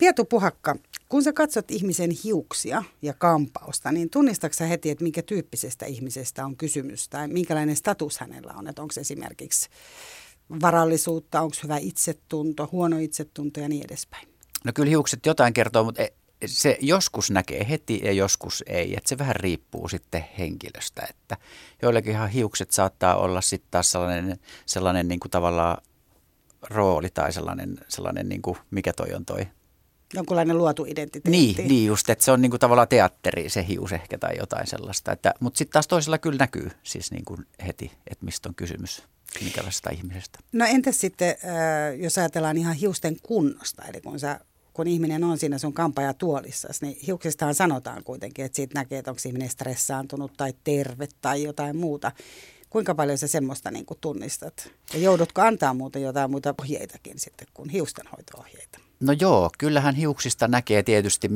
Pietu Puhakka, kun sä katsot ihmisen hiuksia ja kampausta, niin tunnistatko sä heti, että minkä tyyppisestä ihmisestä on kysymys tai minkälainen status hänellä on? Että onko se esimerkiksi varallisuutta, onko hyvä itsetunto, huono itsetunto ja niin edespäin? No kyllä hiukset jotain kertoo, mutta se joskus näkee heti ja joskus ei. Että se vähän riippuu sitten henkilöstä. Että joillekinhan hiukset saattaa olla sitten taas sellainen niin kuin tavallaan rooli tai sellainen niin kuin, mikä toi on toi. Jonkunlainen luotu identiteetti. Niin just, että se on niin kuin tavallaan teatteri, se hius ehkä tai jotain sellaista. Mutta sitten taas toisella kyllä näkyy siis niin kuin heti, että mistä on kysymys, minkälaisesta ihmisestä. No entäs sitten, jos ajatellaan ihan hiusten kunnosta, eli kun ihminen on siinä sun kampaajatuolissasi, niin hiuksistahan sanotaan kuitenkin, että siitä näkee, että onko ihminen stressaantunut tai terve tai jotain muuta. Kuinka paljon sä semmoista niin kuin tunnistat? Ja joudutko antaa muuten jotain muita ohjeitakin sitten kuin hiustenhoito-ohjeita? No joo, kyllähän hiuksista näkee tietysti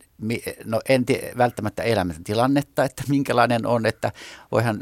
välttämättä elämäntilannetta, että minkälainen on, että voihan,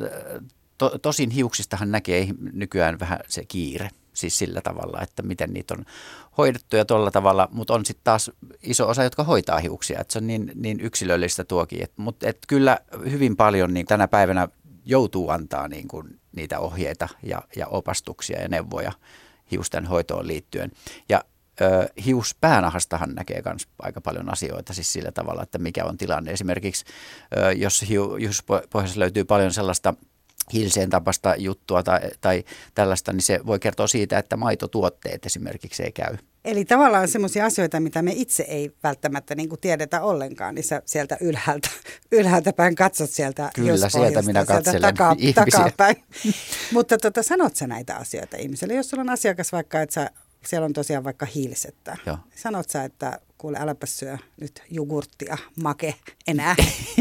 tosin hiuksistahan näkee nykyään vähän se kiire. Siis sillä tavalla, että miten niitä on hoidettu ja tuolla tavalla, mutta on sitten taas iso osa, jotka hoitaa hiuksia, että se on niin yksilöllistä tuokin. Mutta kyllä hyvin paljon niin tänä päivänä joutuu antaa niin kuin niitä ohjeita ja opastuksia ja neuvoja hiusten hoitoon liittyen. Ja hiuspäänahasta näkee myös aika paljon asioita siis sillä tavalla, että mikä on tilanne. Esimerkiksi jos hiuspohjassa löytyy paljon sellaista hilseen tapasta juttua tai tällaista, niin se voi kertoa siitä, että maitotuotteet esimerkiksi ei käy. Eli tavallaan semmoisia asioita, mitä me itse ei välttämättä niin kuin tiedetä ollenkaan, niin sä sieltä ylhäältä päin katsot sieltä Kyllä, sieltä minä katselen takapäin. Mutta sanot sä näitä asioita ihmiselle, jos sulla on asiakas vaikka, että siellä on tosiaan vaikka hiilsettä. Joo. Sanot sä, että kuule, äläpä syö nyt jogurttia, make enää.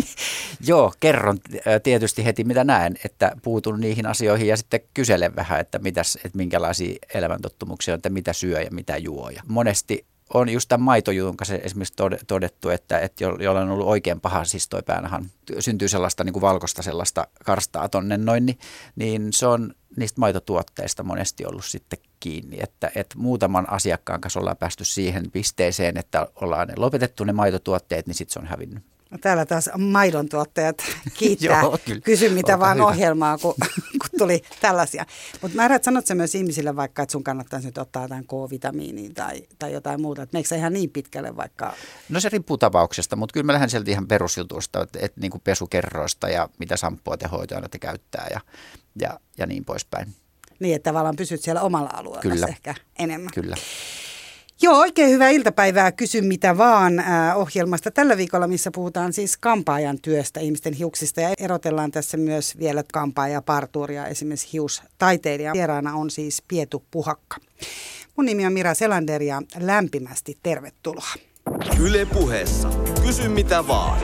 Joo, kerron tietysti heti mitä näen, että puutun niihin asioihin ja sitten kyselen vähän, että minkälaisia elämäntottumuksia on, että mitä syö ja mitä juo. Ja monesti on just tämän maitojutun kanssa esimerkiksi todettu, että jolla on ollut oikein paha, siis toi päänahan syntyy sellaista niin kuin valkoista sellaista karstaa tonne noin, niin se on niistä maitotuotteista monesti ollut sitten kiinni, että muutaman asiakkaan kanssa ollaan päästy siihen pisteeseen, että ollaan lopetettu ne maitotuotteet, niin sitten se on hävinnyt. No täällä taas maidon tuottajat kiittää. Joo, kysy mitä vaan hyvä ohjelmaa, kun tuli tällaisia. Mutta sanot sä myös ihmisille vaikka, että sun kannattaisi nyt ottaa jotain K-vitamiinia tai jotain muuta. Että meikö sä ihan niin pitkälle vaikka? No se riippuu tapauksesta, mutta kyllä mä lähden sieltä ihan perusjutuista, että niin kuin pesukerroista ja mitä sampua te hoitoa te käyttää ja niin poispäin. Niin, että tavallaan pysyt siellä omalla alueella ehkä enemmän. Kyllä. Joo, oikein hyvää iltapäivää. Kysy mitä vaan ohjelmasta tällä viikolla, missä puhutaan siis kampaajan työstä, ihmisten hiuksista ja erotellaan tässä myös vielä kampaaja, partuuria, esimerkiksi hiustaiteilija. Vieraana on siis Pietu Puhakka. Mun nimi on Mira Selander ja lämpimästi tervetuloa. Yle Puheessa. Kysy mitä vaan.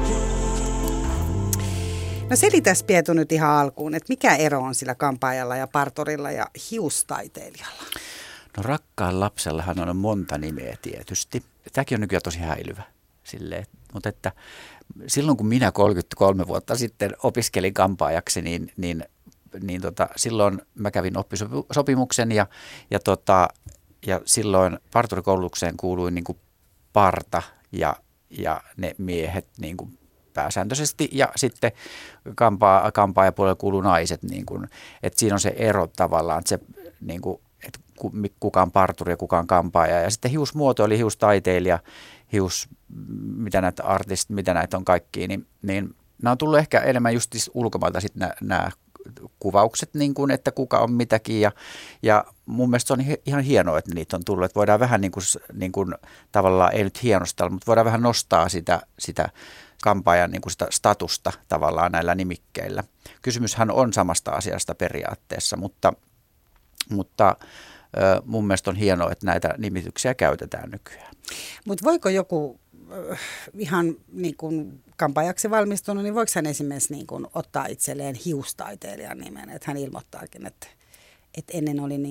No selitäs Pietu nyt ihan alkuun, että mikä ero on sillä kampaajalla ja parturilla ja hiustaiteilijalla? No rakkaan lapsellahan on monta nimeä tietysti. Tämäkin on nykyään tosi häilyvä. Mutta että silloin kun minä 33 vuotta sitten opiskelin kampaajaksi, niin silloin mä kävin oppisopimuksen ja silloin parturikoulutukseen kuului niin kuin parta ja ne miehet niin kuin pääsääntöisesti ja sitten kampaajapuolella kuuluu naiset. Niin kuin, että siinä on se ero tavallaan, että se niin kuin, että kuka on parturi ja kuka on kampaaja. Ja sitten hiusmuoto eli hiustaiteilija, mitä näitä artistit, mitä näitä on kaikkia, niin nämä on tullut ehkä enemmän just ulkomailta sitten nämä kuvaukset, niin kuin, että kuka on mitäkin. Ja mun mielestä se on ihan hienoa, että niitä on tullut. Että voidaan vähän niin kuin tavallaan, ei nyt hienostaa, mutta voidaan vähän nostaa sitä kampaajan niin kuin sitä statusta tavallaan näillä nimikkeillä. Kysymyshän on samasta asiasta periaatteessa, mutta mun mielestä on hienoa, että näitä nimityksiä käytetään nykyään. Mutta voiko joku ihan niin kuin kampaajaksi valmistunut, niin voiko hän esimerkiksi niin kuin ottaa itselleen hiustaiteilijan nimen, että hän ilmoittaakin, että ennen oli niin kuin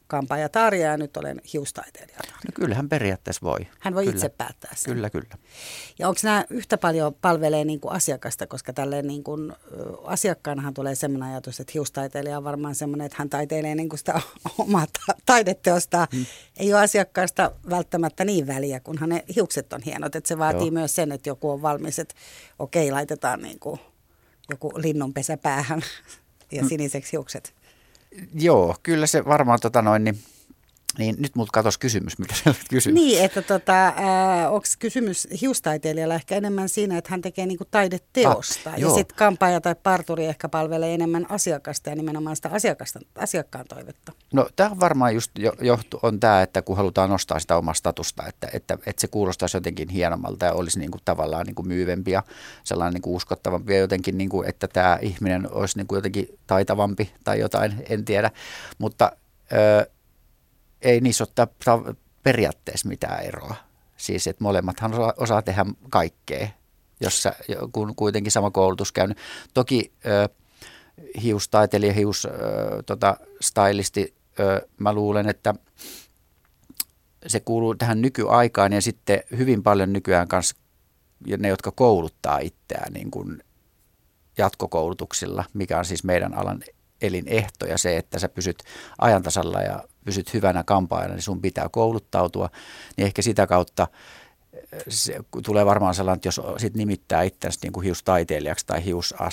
kampaaja Tarja ja nyt olen hiustaiteilija Tarja. No kyllähän periaatteessa voi. Hän voi kyllä. itse päättää sen. Kyllä. Ja onko nämä yhtä paljon palvelee niin kuin asiakasta, koska tälleen niin kuin asiakkaanahan tulee sellainen ajatus, että hiustaiteilija on varmaan semmoinen, että hän taiteilee niin kuin sitä omaa taideteostaan. Ei ole asiakkaasta välttämättä niin väliä, kunhan ne hiukset on hienot. Että se vaatii myös sen, että joku on valmis, että okei, laitetaan niin kuin joku linnunpesä päähän ja siniseksi hiukset. Joo, kyllä se varmaan niin nyt multa katosi kysymys, mikä se kysymys. Niin, että onko kysymys hiustaiteilijalla ehkä enemmän siinä, että hän tekee niinku taideteosta. Ja sitten kampaaja tai parturi ehkä palvelee enemmän asiakasta ja nimenomaan sitä asiakkaan toivetta. No tämä on varmaan just on tämä, että kun halutaan nostaa sitä omaa statusta, että se kuulostaisi jotenkin hienommalta ja olisi niinku tavallaan niinku myyvempi ja sellainen niinku uskottavampi ja jotenkin, niinku, että tämä ihminen olisi niinku jotenkin taitavampi tai jotain, en tiedä, mutta ei niissä ole periaatteessa mitään eroa. Siis, että molemmathan osaa tehdä kaikkea, kun kuitenkin sama koulutus käynyt. Toki hiustaiteilija, stylisti, mä luulen, että se kuuluu tähän nykyaikaan ja sitten hyvin paljon nykyään kanssa ne, jotka kouluttaa itseään niin kuin jatkokoulutuksilla, mikä on siis meidän alan elinehto ja se, että sä pysyt ajantasalla ja pysyt hyvänä kampaajana, niin sun pitää kouluttautua, niin ehkä sitä kautta se tulee varmaan sellainen, että jos sit nimittää itsensä niin kuin hiustaiteilijaksi tai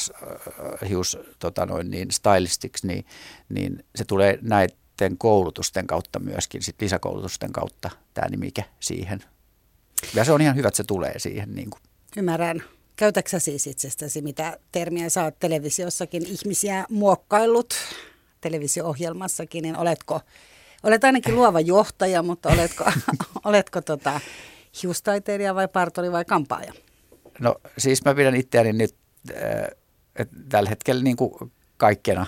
stylistiksi, niin se tulee näiden koulutusten kautta myöskin, sit lisäkoulutusten kautta tämä nimike siihen. Ja se on ihan hyvä, että se tulee siihen. Niin kuin. Ymmärrän. Käytätkö siis itsestäsi, mitä termiä sä oot televisiossakin ihmisiä muokkaillut televisio-ohjelmassakin, niin olet ainakin luova johtaja, mutta oletko hiustaiteilija vai parturi vai kampaaja? No siis mä pidän itseäni nyt tällä hetkellä niin kuin kaikkena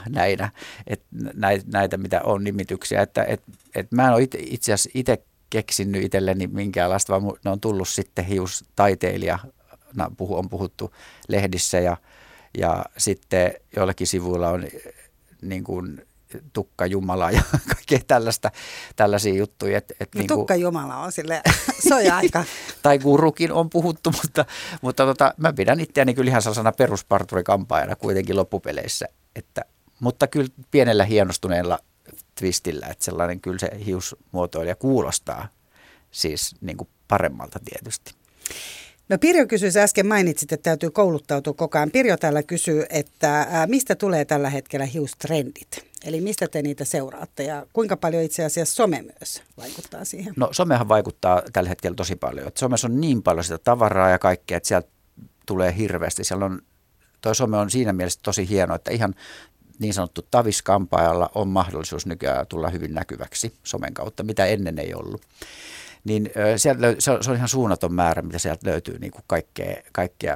näitä, mitä on nimityksiä, että mä en ole itse asiassa itse keksinyt itselleni minkäänlaista, vaan ne on tullut sitten hiustaiteilija. On puhuttu lehdissä ja sitten joillakin sivuilla on niin kuin Tukka Jumala ja kaikkea tällaisia juttuja. No Tukka Jumala on sille aika. Tai gurukin on puhuttu, mutta mä pidän itseäni kyllä ihan sellaisena perusparturikampaajana kuitenkin loppupeleissä. Mutta kyllä pienellä hienostuneella twistillä, että sellainen kyllä se hiusmuotoilija kuulostaa siis niin kuin paremmalta tietysti. No Pirjo kysyy, äsken mainitsit, että täytyy kouluttautua koko ajan. Pirjo täällä kysyy, että mistä tulee tällä hetkellä hiustrendit? Eli mistä te niitä seuraatte ja kuinka paljon itse asiassa some myös vaikuttaa siihen? No somehan vaikuttaa tällä hetkellä tosi paljon. Että somessa on niin paljon sitä tavaraa ja kaikkea, että sieltä tulee hirveästi. Toi some on siinä mielessä tosi hieno, että ihan niin sanottu taviskampaajalla on mahdollisuus nykyään tulla hyvin näkyväksi somen kautta, mitä ennen ei ollut. Niin se on ihan suunnaton määrä, mitä sieltä löytyy niin kuin kaikkea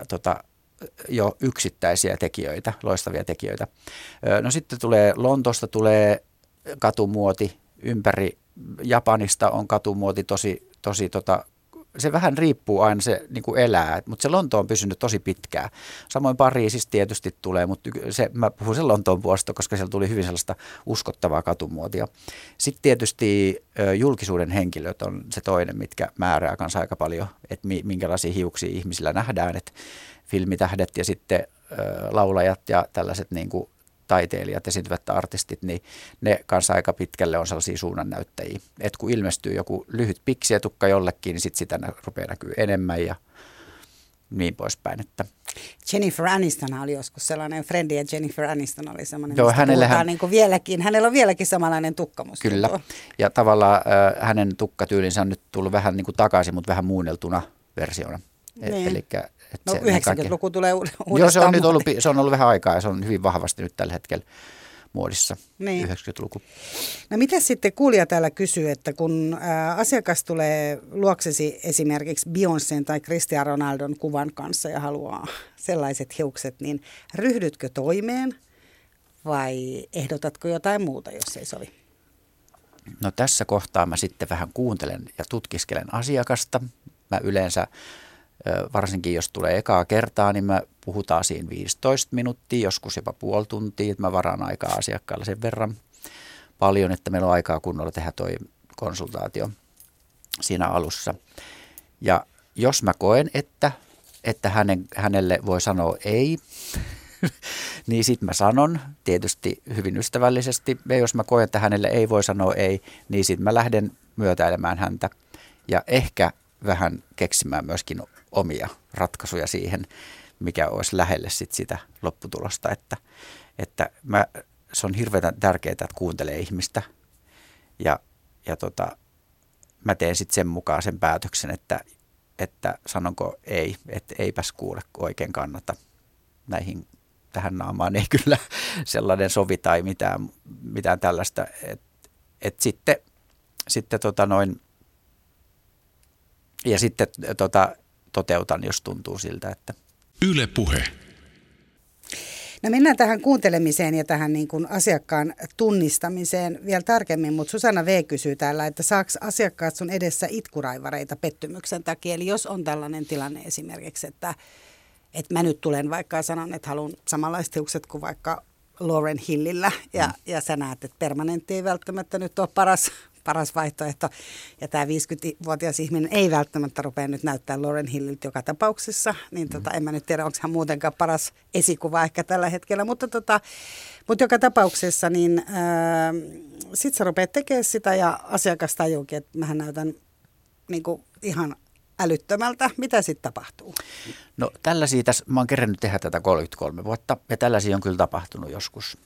jo yksittäisiä tekijöitä, loistavia tekijöitä. No sitten Lontoosta tulee katumuoti, ympäri Japanista on katumuoti tosi se vähän riippuu aina, se niin kuin elää, mutta se Lonto on pysynyt tosi pitkään. Samoin Pariisissa tietysti tulee, mutta mä puhun sen Lontoon puolesta, koska siellä tuli hyvin sellaista uskottavaa katumuotia. Sitten tietysti julkisuuden henkilöt on se toinen, mitkä määrää kanssa aika paljon, että minkälaisia hiuksia ihmisillä nähdään, että filmitähdet ja sitten laulajat ja tällaiset niin kuin taiteilijat, esiintyvät artistit, niin ne kanssa aika pitkälle on sellaisia suunnannäyttäjiä. Että kun ilmestyy joku lyhyt piksetukka jollekin, niin sitten sitä rupeaa näkyy enemmän ja niin poispäin. Että. Jennifer Aniston oli joskus sellainen, Friend ja Jennifer Aniston oli sellainen, joo, hänellä on vieläkin samanlainen tukka. Kyllä, ja tavallaan hänen tukkatyylinsä on nyt tullut vähän niin kuin takaisin, mutta vähän muunneltuna versiona. Niin. 90-luku tulee uudestaan. Joo, se on ollut vähän aikaa ja se on hyvin vahvasti nyt tällä hetkellä muodissa, niin. 90-luku. No mitä sitten kuulija täällä kysyy, että kun asiakas tulee luoksesi esimerkiksi Beyoncén tai Cristiano Ronaldon kuvan kanssa ja haluaa sellaiset hiukset, niin ryhdytkö toimeen vai ehdotatko jotain muuta, jos ei sovi? No tässä kohtaa mä sitten vähän kuuntelen ja tutkiskelen asiakasta. Mä yleensä varsinkin jos tulee ekaa kertaa, niin me puhutaan siinä 15 minuuttia, joskus jopa puoli tuntia, että mä varaan aikaa asiakkaalle sen verran paljon, että meillä on aikaa kunnolla tehdä toi konsultaatio siinä alussa. Ja jos mä koen, että hänelle voi sanoa ei, niin sitten mä sanon tietysti hyvin ystävällisesti. Ja jos mä koen, että hänelle ei voi sanoa ei, niin sitten mä lähden myötäilemään häntä ja ehkä vähän keksimään myöskin omia ratkaisuja siihen, mikä olisi lähelle sitä lopputulosta. Että se on hirveän tärkeää, että kuuntelee ihmistä ja mä teen sitten sen mukaan sen päätöksen, että sanonko ei, että eipäs kuule oikein kannata. Tähän naamaan ei kyllä sellainen sovi tai mitään tällaista. Sitten toteutan, jos tuntuu siltä, että... Yle Puhe. No mennään tähän kuuntelemiseen ja tähän niin kuin asiakkaan tunnistamiseen vielä tarkemmin, mutta Susanna V. kysyy täällä, että saako asiakkaat sun edessä itkuraivareita pettymyksen takia? Eli jos on tällainen tilanne esimerkiksi, että mä nyt tulen vaikka ja sanon, että haluan samanlaiset hiukset kuin vaikka Lauryn Hillillä ja sä näet, että permanentti ei välttämättä nyt ole paras vaihtoehto. Ja tämä 50-vuotias ihminen ei välttämättä rupea nyt näyttää Lauryn Hilliltä joka tapauksessa. Niin en mä nyt tiedä, onko hän muutenkaan paras esikuva ehkä tällä hetkellä. Mutta joka tapauksessa niin sit sä rupeat tekemään sitä ja asiakas tajuukin, että mähän näytän niin kuin ihan älyttömältä. Mitä sitten tapahtuu? No tällaisia mä oon kerännyt tehdä tätä 33 vuotta ja tällaisia on kyllä tapahtunut joskus.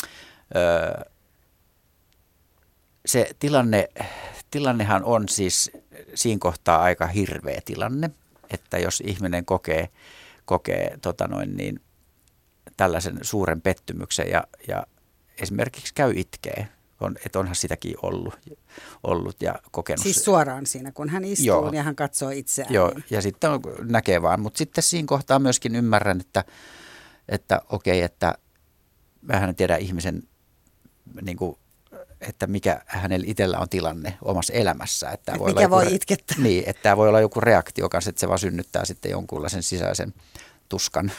Se tilannehan on siis siinä kohtaa aika hirveä tilanne, että jos ihminen kokee tällaisen suuren pettymyksen ja esimerkiksi käy itkee, että onhan sitäkin ollut ja kokenut. Siis suoraan siinä, kun hän istuu ja hän katsoo itseään. Joo, ja sitten näkee vaan, mutta sitten siinä kohtaa myöskin ymmärrän, että okei, että vähän tiedä ihmisen niin kuin, että mikä hänellä itsellä on tilanne omassa elämässä. Että voi mikä voi itkettää. Niin, että tämä voi olla joku reaktio kanssa, että se vaan synnyttää sitten jonkunlaisen sisäisen tuskan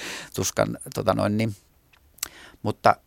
Mutta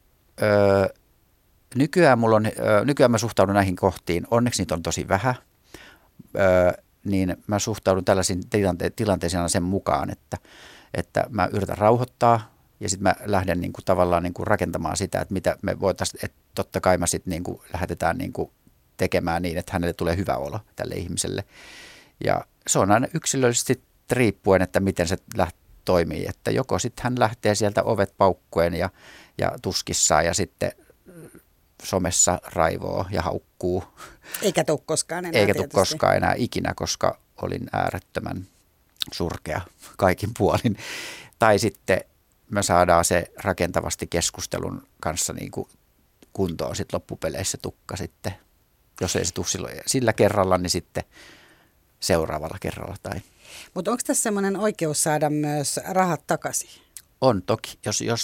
nykyään mä suhtaudun näihin kohtiin, onneksi niitä on tosi vähän, niin mä suhtaudun tällaisiin tilanteisiin sen mukaan, että mä yritän rauhoittaa ja sitten mä lähden niin kuin tavallaan niin kuin rakentamaan sitä, että mitä me voitaisiin, että totta kai mä sitten niin kuin lähdetään niin kuin tekemään niin, että hänelle tulee hyvä olo tälle ihmiselle. Ja se on aina yksilöllisesti riippuen, että miten se toimii, että joko sitten hän lähtee sieltä ovet paukkuen ja tuskissaan ja sitten somessa raivoo ja haukkuu. Eikä tule koskaan enää ikinä, koska olin äärettömän surkea kaikin puolin. Tai sitten me saadaan se rakentavasti keskustelun kanssa niin kuin kuntoon sitten loppupeleissä tukka sitten. Jos ei se tule sillä kerralla, niin sitten seuraavalla kerralla. Mutta onko tässä semmoinen oikeus saada myös rahat takaisin? On toki,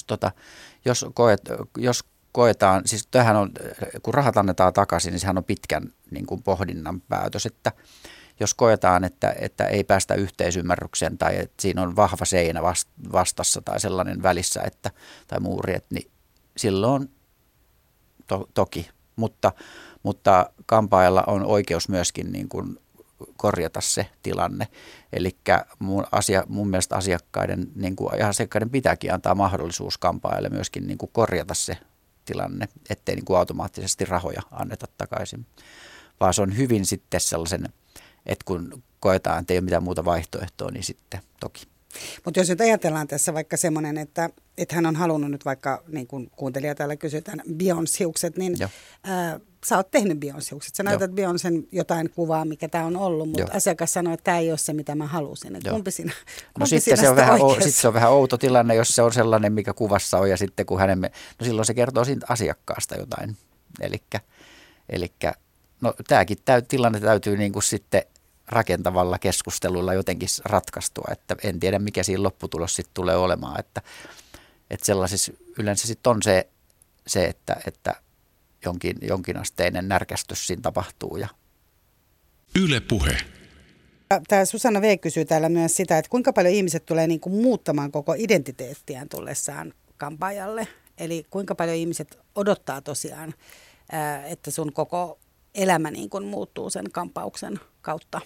jos koetaan, siis tämähän on, kun rahat annetaan takaisin, niin sehän on pitkän niin kuin pohdinnan päätös, että jos koetaan, että ei päästä yhteisymmärrykseen tai että siinä on vahva seinä vastassa tai sellainen välissä, tai muuri, niin silloin toki, mutta kampaajalla on oikeus myöskin niin kuin korjata se tilanne. Eli mun mielestä asiakkaiden pitääkin antaa mahdollisuus kampaajalle myöskin niin kuin korjata se tilanne, ettei niin kuin automaattisesti rahoja anneta takaisin. Vaan se on hyvin sitten sellaisen, että kun koetaan, että ei ole mitään muuta vaihtoehtoa, niin sitten toki. Mutta jos nyt ajatellaan tässä vaikka semmoinen, että hän on halunnut nyt vaikka, niin kuin kuuntelija täällä kysytään, Beyoncé-hiukset, niin sä oot tehnyt Beyoncé-hiukset. Sä näytät Beyoncén jotain kuvaa, mikä tämä on ollut, mutta asiakas sanoo, että tämä ei ole se, mitä mä halusin. Kumpi sitten se on vähän outo tilanne, jos se on sellainen, mikä kuvassa on, ja sitten kun silloin se kertoo siitä asiakkaasta jotain. Elikkä tämäkin tilanne täytyy niin kuin sitten rakentavalla keskustelulla jotenkin ratkaistua, että en tiedä mikä siinä lopputulos sitten tulee olemaan, että sellaisissa yleensä sitten on se että jonkinasteinen närkästys siinä tapahtuu. Yle Puhe. Tämä Susanna V. kysyy täällä myös sitä, että kuinka paljon ihmiset tulee niin kuin muuttamaan koko identiteettiään tullessaan kampaajalle, eli kuinka paljon ihmiset odottaa tosiaan että sun koko elämä niin kuin muuttuu sen kampauksen kautta?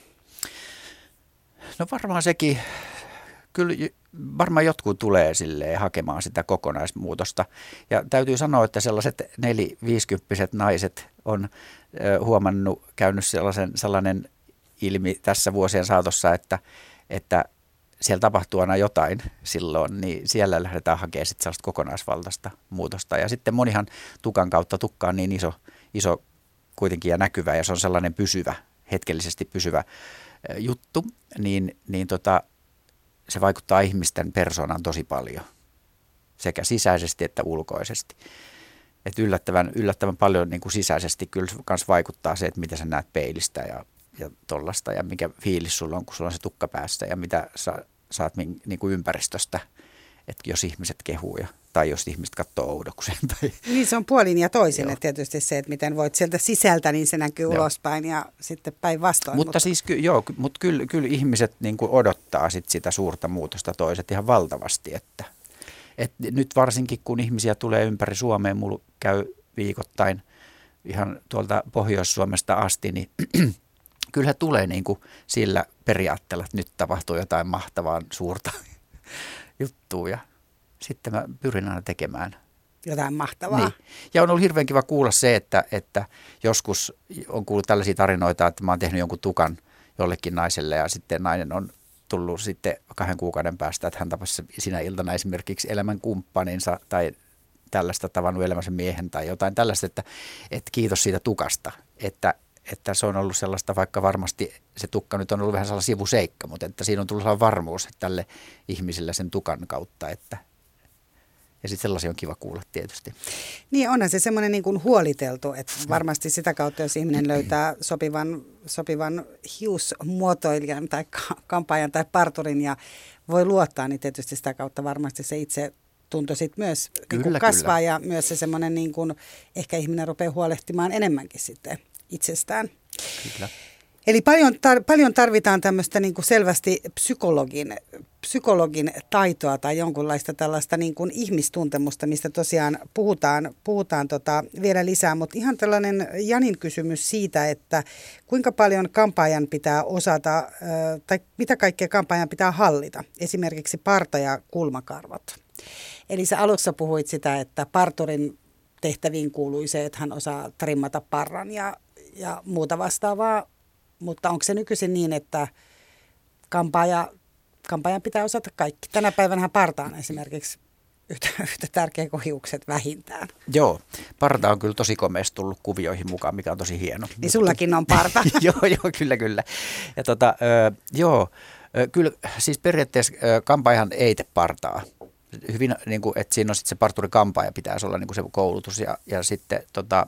No varmaan sekin, kyllä varmaan jotkut tulee silleen hakemaan sitä kokonaismuutosta. Ja täytyy sanoa, että sellaiset 4-50-vuotiaat naiset on huomannut, käynyt sellainen ilmi tässä vuosien saatossa, että siellä tapahtuu aina jotain silloin, niin siellä lähdetään hakemaan sitten sellaista kokonaisvaltaista muutosta. Ja sitten monihan tukan kautta, tukka on niin iso kuitenkin ja näkyvä, ja se on sellainen pysyvä, hetkellisesti pysyvä juttu, niin se vaikuttaa ihmisten persoonaan tosi paljon, sekä sisäisesti että ulkoisesti. Et yllättävän paljon niin kuin sisäisesti kyllä myös vaikuttaa se, että mitä sä näet peilistä ja tollasta, ja mikä fiilis sulla on, kun sulla on se tukka päässä, ja mitä saat niin kuin ympäristöstä, että jos ihmiset kehuu tai jos ihmiset katsoo oudokseen. Niin se on puolin ja toisin, että tietysti se, että miten voit sieltä sisältä, niin se näkyy ulospäin ja sitten päinvastoin. Mutta siis kyllä ihmiset niin kuin odottaa sitä suurta muutosta, toiset ihan valtavasti, että nyt varsinkin kun ihmisiä tulee ympäri Suomeen, mulla käy viikoittain ihan tuolta Pohjois-Suomesta asti, niin kyllä he tulee niin kuin sillä periaatteella, että nyt tapahtuu jotain mahtavaa suurta juttua, ja sitten mä pyrin aina tekemään jotain mahtavaa. Niin. Ja on ollut hirveän kiva kuulla se, että joskus on kuullut tällaisia tarinoita, että mä oon tehnyt jonkun tukan jollekin naiselle, ja sitten nainen on tullut sitten 2 kuukauden päästä, että hän tapasi sinä iltana esimerkiksi elämän kumppaninsa tai tällaista tavannut elämänsä miehen tai jotain tällaista, että kiitos siitä tukasta, että se on ollut sellaista, vaikka varmasti se tukka nyt on ollut vähän sellainen sivuseikka, mutta että siinä on tullut sellainen varmuus tälle ihmiselle sen tukan kautta, ja sitten sellaisia on kiva kuulla tietysti. Niin onhan se semmoinen niin kuin huoliteltu, että varmasti sitä kautta, jos ihminen löytää sopivan hiusmuotoilijan tai kampaajan tai parturin ja voi luottaa, niin tietysti sitä kautta varmasti se itse tunto sitten myös niin kuin kasvaa kyllä. Ja myös se semmoinen niin kuin, ehkä ihminen rupeaa huolehtimaan enemmänkin sitten itsestään. Kyllä. Eli paljon tarvitaan tämmöistä niin kuin selvästi psykologin taitoa tai jonkunlaista tällaista niin kuin ihmistuntemusta, mistä tosiaan puhutaan vielä lisää. Mutta ihan tällainen Janin kysymys siitä, että kuinka paljon kampaajan pitää osata tai mitä kaikkea kampaajan pitää hallita, esimerkiksi parta- ja kulmakarvat. Eli sä alussa puhuit sitä, että parturin tehtäviin kuului se, että hän osaa trimmata parran ja muuta vastaavaa. Mutta onko se nykyisin niin, että kampaajan pitää osata kaikki? Tänä päivänä parta on esimerkiksi yhtä tärkeä kuin hiukset vähintään. Joo, parta on kyllä tosi komeasti tullut kuvioihin mukaan, mikä on tosi hieno. Niin sullakin on parta. Joo, kyllä. Ja kyllä siis periaatteessa kampaajahan ei tee partaa. Hyvin, niin kuin, että siinä on sitten se parturi-kampaaja pitäisi olla niin kuin se koulutus ja sitten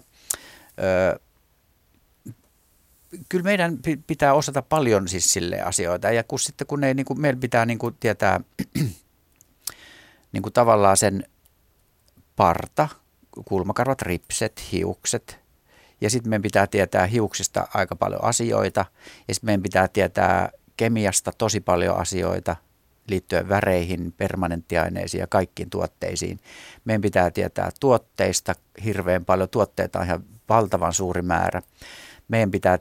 kyllä meidän pitää osata paljon siis silleen asioita, ja kun ei, niin kuin, meillä pitää niin kuin tietää niin kuin tavallaan sen parta, kulmakarvat, ripset, hiukset, ja sitten meidän pitää tietää hiuksista aika paljon asioita, ja sitten meidän pitää tietää kemiasta tosi paljon asioita liittyen väreihin, permanenttiaineisiin ja kaikkiin tuotteisiin. Meidän pitää tietää tuotteista hirveän paljon, tuotteita on ihan valtavan suuri määrä. Meidän pitää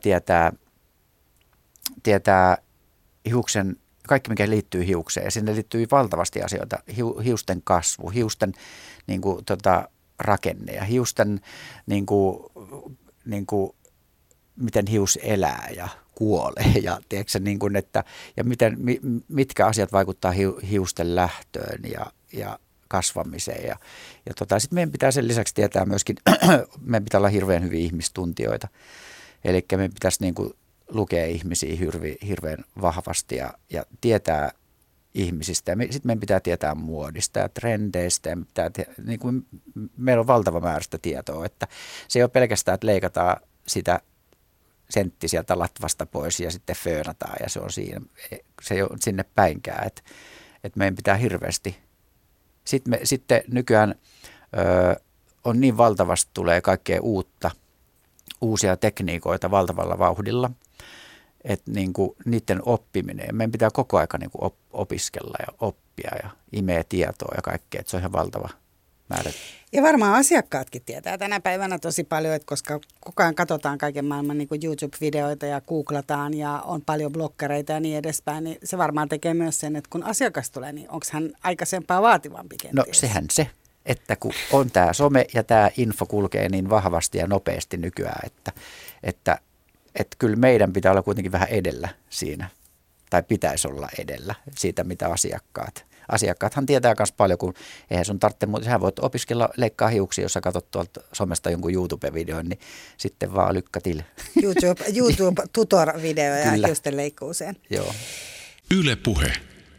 tietää hiuksen, kaikki mikä liittyy hiukseen, ja sinne liittyy valtavasti asioita. Hiusten kasvu, hiusten niin kuin, rakenne ja hiusten niin kuin, miten hius elää ja kuolee ja, tiedätkö, niin kuin, ja mitkä asiat vaikuttaa hiusten lähtöön ja kasvamiseen. Ja sitten meidän pitää sen lisäksi tietää myöskin, meidän pitää olla hirveän hyviä ihmistuntijoita. Eli meidän pitäisi niin kuin lukea ihmisiä hirveän vahvasti ja tietää ihmisistä. Sitten meidän pitää tietää muodista ja trendeistä. Ja niin kuin meillä on valtava määrä sitä tietoa, että se ei ole pelkästään, että leikataan sitä sentti sieltä latvasta pois ja sitten föönataan ja se on siinä. Se ei ole sinne päinkään, että meidän pitää hirveästi. Sitten nykyään on niin valtavasti tulee kaikkea uusia tekniikoita valtavalla vauhdilla, että niin kuin niiden oppiminen, meidän pitää koko ajan niin kuin opiskella ja oppia ja imeä tietoa ja kaikkea, että se on ihan valtava määrät. Ja varmaan asiakkaatkin tietää tänä päivänä tosi paljon, että koska koko ajan katsotaan kaiken maailman niin kuin YouTube-videoita ja googlataan ja on paljon bloggereita ja niin edespäin, niin se varmaan tekee myös sen, että kun asiakas tulee, niin onko hän aikaisempaa vaativampi kenties? No sehän se, että kun on tämä some ja tämä info kulkee niin vahvasti ja nopeasti nykyään, että kyllä meidän pitää olla kuitenkin vähän edellä siinä, tai pitäisi olla edellä siitä, mitä Asiakkaathan tietää myös paljon, kun eihän sun tarvitse, mutta sähän voit opiskella leikkaa hiuksia, jos sä katsot tuolta somesta jonkun YouTube-videon, niin sitten vaan lykkätil. YouTube-tutor-videoja hiusten leikkuuseen. Joo. Yle Puhe.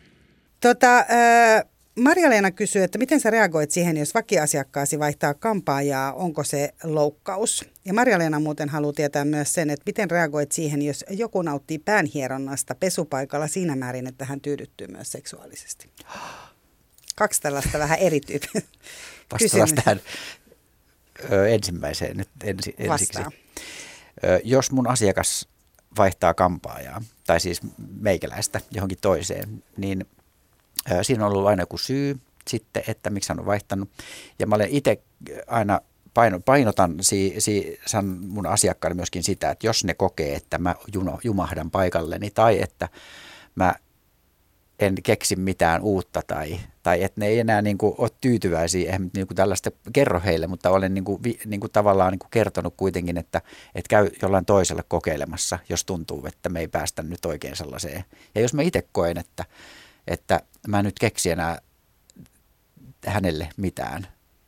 Marja-Leena kysyy, että miten sä reagoit siihen, jos vakiasiakkaasi vaihtaa kampaajaa, onko se loukkaus? Ja Marja-Leena muuten haluaa tietää myös sen, että miten reagoit siihen, jos joku nauttii päänhieronnasta pesupaikalla siinä määrin, että hän tyydyttyy myös seksuaalisesti. 2 tällaista vähän erityyppiä. Vastataan tähän ensimmäiseen nyt ensiksi. Jos mun asiakas vaihtaa kampaajaa, tai siis meikäläistä johonkin toiseen, niin siinä on ollut aina joku syy sitten, että miksi hän on vaihtanut. Ja mä olen itse aina painotan mun asiakkaille myöskin sitä, että jos ne kokee, että mä jumahdan paikalleni tai että mä en keksi mitään uutta tai että ne ei enää niin kuin ole tyytyväisiä, en niin kuin tällaista kerro heille, mutta olen niin kuin tavallaan niin kuin kertonut kuitenkin, että käy jollain toisella kokeilemassa, jos tuntuu, että me ei päästä nyt oikein sellaiseen. Ja jos mä itse koen, että mä en nyt keksi enää hänelle mitään.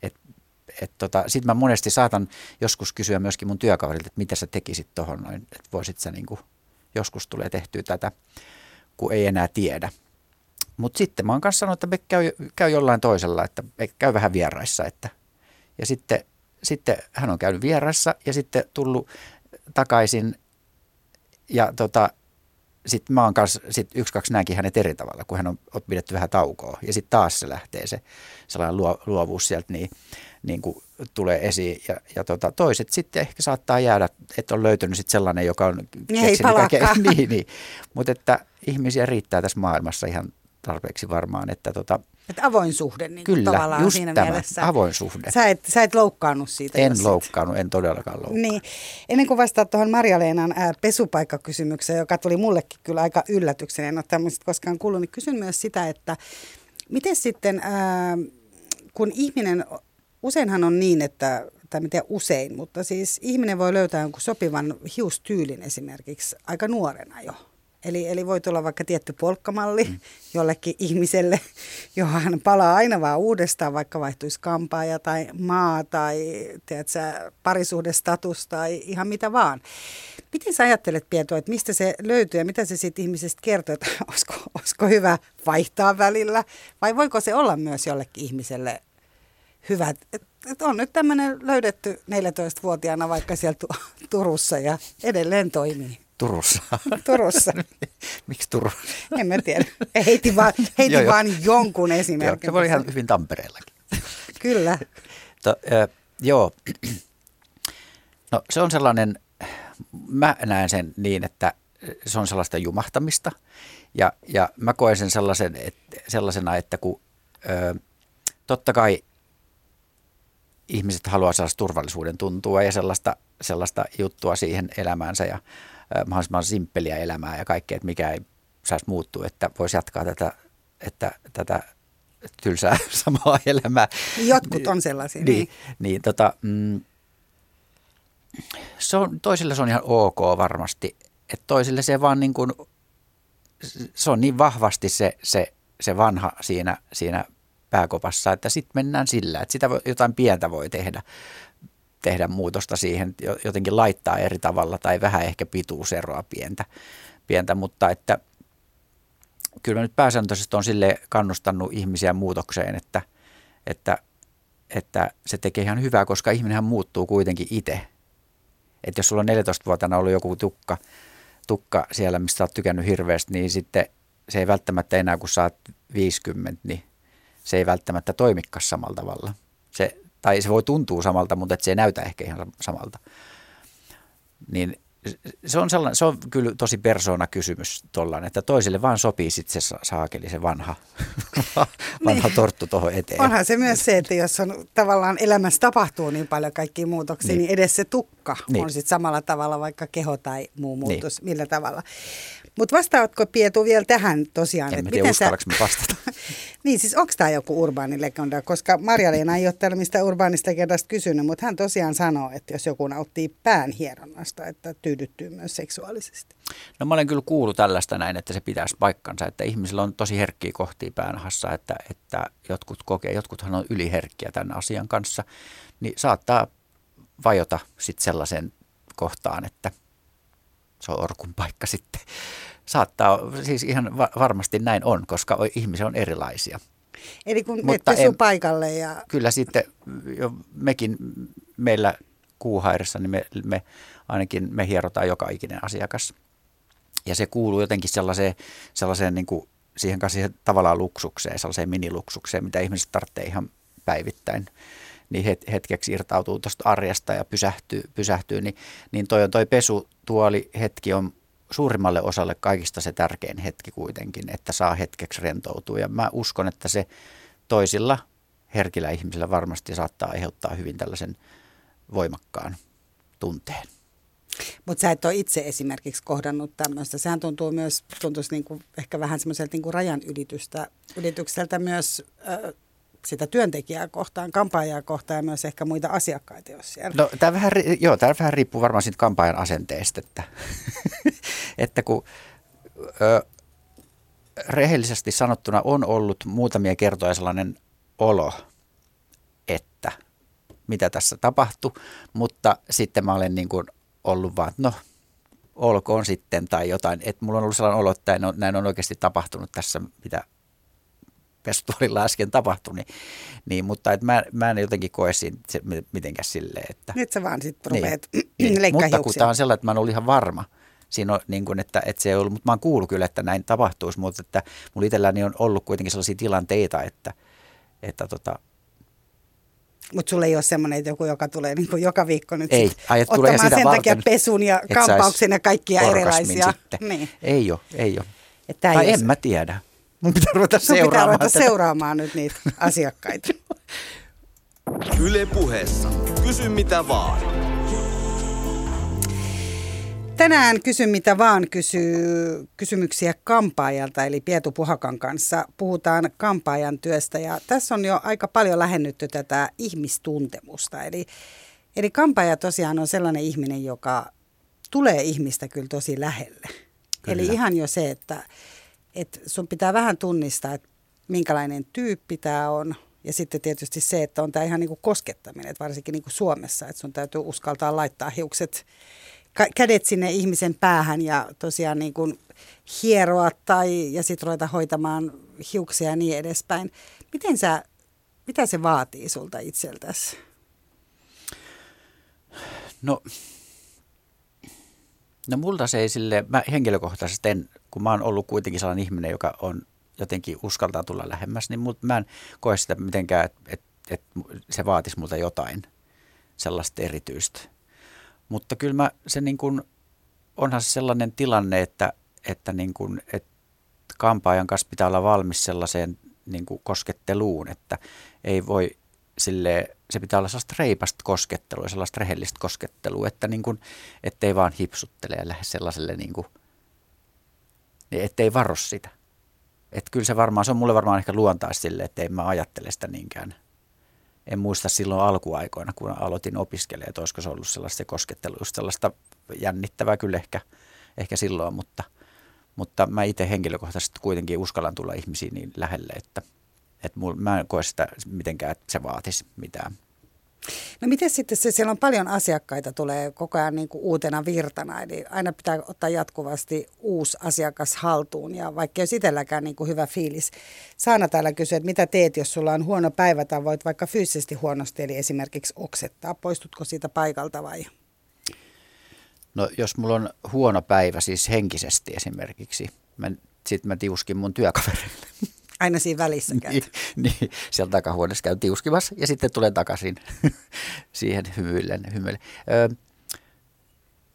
Sitten mä monesti saatan joskus kysyä myöskin mun työkaverilta, että mitä sä tekisit tohon noin, että voisit sä niin kuin, joskus tulee tehtyä tätä, kun ei enää tiedä. Mutta sitten mä oon kanssa sanonut, että käy jollain toisella, että käy vähän vieraissa. Ja sitten hän on käynyt vieraissa ja sitten tullut takaisin ja sitten mä oon kanssa, yksi, kaksi näenkin hänet eri tavalla, kun hän on pidetty vähän taukoa. Ja sitten taas se lähtee se sellainen luovuus sieltä niin kuin tulee esiin. Ja toiset sitten ehkä saattaa jäädä, että on löytynyt sitten sellainen, joka on keksinyt kaiken. Niin. Mutta että ihmisiä riittää tässä maailmassa ihan tarpeeksi varmaan. Että avoin suhde niin kyllä, tavallaan just siinä tämä, mielessä. avoin suhde. Sä et loukkaannut siitä. En loukkaannut, en todellakaan loukkaannut. Niin. Ennen kuin vastaat tuohon Marja-Leenan pesupaikkakysymykseen, joka tuli mullekin kyllä aika yllätyksenä, en ole tämmöistä koskaan kuullut, niin kysyn myös sitä, että miten sitten, kun ihminen, useinhan on niin, että, tai miten usein, mutta siis ihminen voi löytää jonkun sopivan hiustyylin esimerkiksi aika nuorena jo. Eli voi tulla vaikka tietty polkkamalli jollekin ihmiselle, johon hän palaa aina vaan uudestaan, vaikka vaihtuisi kampaaja tai maa tai tiedätkö, parisuhdestatus tai ihan mitä vaan. Miten sä ajattelet, Pietro, että mistä se löytyy ja mitä se siitä ihmisestä kertoo, että olisiko hyvä vaihtaa välillä vai voiko se olla myös jollekin ihmiselle hyvä, että on nyt tämmöinen löydetty 14-vuotiaana vaikka siellä Turussa ja edelleen toimii. Turussa. Miksi Turussa? En mä tiedä. Heitin vaan jonkun esimerkin. Se voi ihan hyvin Tampereellakin. Kyllä. Joo. No se on sellainen, mä näen sen niin, että se on sellaista jumahtamista. Ja mä koen sen sellaisena, että kun totta kai ihmiset haluaa sellaista turvallisuuden tuntua ja sellaista juttua siihen elämäänsä ja mahdollisimman simppeliä elämää ja kaikkea, että mikä ei saisi muuttua, että voisi jatkaa tätä tylsää samaa elämää. Jotkut on sellaisia. Toisille se on ihan ok varmasti, että toisille se vaan niin kuin, se on niin vahvasti se vanha siinä pääkopassa, että sitten mennään sillä, että sitä jotain pientä voi tehdä muutosta siihen, jotenkin laittaa eri tavalla tai vähän ehkä pituuseroa pientä, mutta että kyllä mä nyt pääsääntöisesti on sille kannustanut ihmisiä muutokseen, että se tekee ihan hyvää, koska ihminenhän muuttuu kuitenkin itse. Että jos sulla on 14-vuotiaana ollut joku tukka siellä, mistä sä oot tykännyt hirveästi, niin sitten se ei välttämättä enää, kun sä oot 50, niin se ei välttämättä toimikaan samalla tavalla. Tai se voi tuntua samalta, mutta se ei näytä ehkä ihan samalta. Niin se on kyllä tosi persoonakysymys tollainen, että toisille vaan sopii sitten se saakeli, se vanha torttu tuohon eteen. Onhan se myös se, että jos on tavallaan elämässä tapahtuu niin paljon kaikkia muutoksia, niin edes se tukka on sitten samalla tavalla, vaikka keho tai muu muutos, millä tavalla. Mutta vastaatko Pietu vielä tähän tosiaan? En tiedä, uskallanko mä vastata. Niin, siis onko tämä joku urbaanilegenda? Koska Marja-Leena ei ole täällä mistä urbaanista legendasta kysynyt, mutta hän tosiaan sanoo, että jos joku nauttii päänhieronnasta, että tyydyttyy myös seksuaalisesti. No mä olen kyllä kuullut tällaista näin, että se pitäisi paikkansa, että ihmisillä on tosi herkkiä kohtia päänahassa, että jotkuthan on yliherkkiä tämän asian kanssa, niin saattaa vajota sitten sellaiseen kohtaan, että se on orkun paikka sitten. Saattaa, siis ihan varmasti näin on, koska ihmisiä on erilaisia. Eli kun menette sun paikalle ja... Kyllä sitten jo meillä Kuuhairissa, niin me hierotaan joka ikinen asiakas. Ja se kuuluu jotenkin sellaiseen niin kuin siihen tavallaan luksukseen, sellaiseen miniluksukseen, mitä ihmiset tarvitsee ihan päivittäin. Niin hetkeksi irtautuu tuosta arjesta ja pysähtyy niin toi pesutuoli hetki on suurimmalle osalle kaikista se tärkein hetki kuitenkin, että saa hetkeksi rentoutua. Ja mä uskon, että se toisilla herkillä ihmisillä varmasti saattaa aiheuttaa hyvin tällaisen voimakkaan tunteen. Mutta sä et ole itse esimerkiksi kohdannut tämmöistä. Sehän tuntuisi niinku ehkä vähän semmoiselta niinku rajan ylitykseltä myös sitä työntekijää kohtaan, kampaajaa kohtaan ja myös ehkä muita asiakkaita, jos siellä. No tämä vähän riippuu varmaan siitä kampaajan asenteesta, että kun rehellisesti sanottuna on ollut muutamia kertoja sellainen olo, että mitä tässä tapahtui, mutta sitten mä olen niin kuin ollut vaan, että no olkoon sitten tai jotain, että mulla on ollut sellainen olo, että näin on oikeasti tapahtunut tässä, mitä pesutuolilla äsken tapahtui, niin, mutta et mä en jotenkin koe siinä mitenkään silleen, että... Nyt sä vaan sitten rupeat leikkaa mutta kun tämä on sellainen, että mä en ollut ihan varma, siinä on niin kuin, että se ei ollut, mutta mä oon kuullut kyllä, että näin tapahtuisi, mutta että mulla itselläni on ollut kuitenkin sellaisia tilanteita, että mutta sulla ei ole semmoinen, että joku, joka tulee niin kuin joka viikko nyt ottamaan sen varten, takia pesun ja kampauksen ja kaikkia erilaisia. Niin. Ei ole. Tai en mä tiedä. Mun pitää ruveta seuraamaan nyt niitä asiakkaita. Yle Puheessa. Kysy mitä vaan. Tänään Kysy mitä vaan kysyy kysymyksiä kampaajalta, eli Pietu Puhakan kanssa. Puhutaan kampaajan työstä ja tässä on jo aika paljon lähennytty tätä ihmistuntemusta. Eli kampaaja tosiaan on sellainen ihminen, joka tulee ihmistä kyllä tosi lähelle. Kyllä. Eli ihan jo se, että sun pitää vähän tunnistaa, että minkälainen tyyppi tämä on. Ja sitten tietysti se, että on tämä ihan niin kuin koskettaminen, että varsinkin niin kuin Suomessa, että sun täytyy uskaltaa laittaa hiukset, kädet sinne ihmisen päähän ja tosiaan niin kuin hieroa ja sitten ruveta hoitamaan hiuksia ja niin edespäin. Mitä se vaatii sulta itseltäsi? No multa se ei silleen, mä henkilökohtaisesti kun mä oon ollut kuitenkin sellainen ihminen, joka on jotenkin uskaltaa tulla lähemmäs, niin mä en koe sitä mitenkään, että se vaatisi multa jotain sellaista erityistä. Mutta kyllä se niin kuin, onhan se sellainen tilanne, että niin kuin, että kampaajan kanssa pitää olla valmis sellaiseen niin kuin kosketteluun, että ei voi se pitää olla sellaista reipasta koskettelua, sellaista rehellistä koskettelua, että niin kuin, ettei vaan hipsuttele ja lähde sellaiselle, niin kuin, ettei varo sitä. Että kyllä se on mulle varmaan ehkä luontaista silleen, että en mä ajattele sitä niinkään. En muista silloin alkuaikoina, kun aloitin opiskelemaan, että olisiko se ollut sellaista koskettelu, just sellaista jännittävää kyllä ehkä silloin, mutta mä itse henkilökohtaisesti kuitenkin uskallan tulla ihmisiin niin lähelle, että mä en koe sitä mitenkään, että se vaatisi mitään. No miten sitten siellä on paljon asiakkaita, tulee koko ajan niin kuin uutena virtana, eli aina pitää ottaa jatkuvasti uusi asiakas haltuun ja vaikka ei olisi itselläkään niin kuin hyvä fiilis. Saana täällä kysyy, että mitä teet, jos sulla on huono päivä tai voit vaikka fyysisesti huonosti, eli esimerkiksi oksettaa, poistutko siitä paikalta vai? No jos mulla on huono päivä, siis henkisesti esimerkiksi, sitten mä tiuskin mun työkaverille. Aina siinä välissä käyt. Niin, siellä takahuoneessa käyn tiuskimassa ja sitten tulen takaisin siihen hymyille.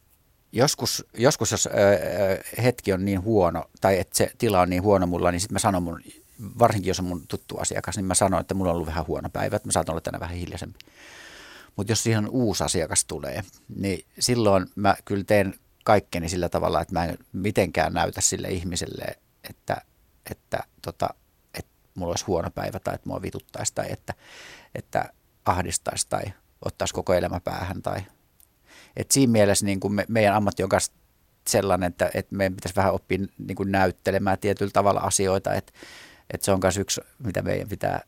Joskus jos hetki on niin huono tai että se tila on niin huono mulla, niin sitten mä sanon varsinkin jos on mun tuttu asiakas, niin mä sanon, että mulla on ollut vähän huono päivä, että mä saatan olla tänään vähän hiljaisempi. Mutta jos siihen uusi asiakas tulee, niin silloin mä kyllä teen kaikkeni sillä tavalla, että mä en mitenkään näytä sille ihmiselle, että mulla olisi huono päivä tai että mua vituttaisi tai että ahdistaisi tai ottaisi koko elämä päähän. Että siinä mielessä niin kuin meidän ammatti on myös sellainen, että meidän pitäisi vähän oppia niin kuin näyttelemään tietyllä tavalla asioita, että se on myös yksi, mitä meidän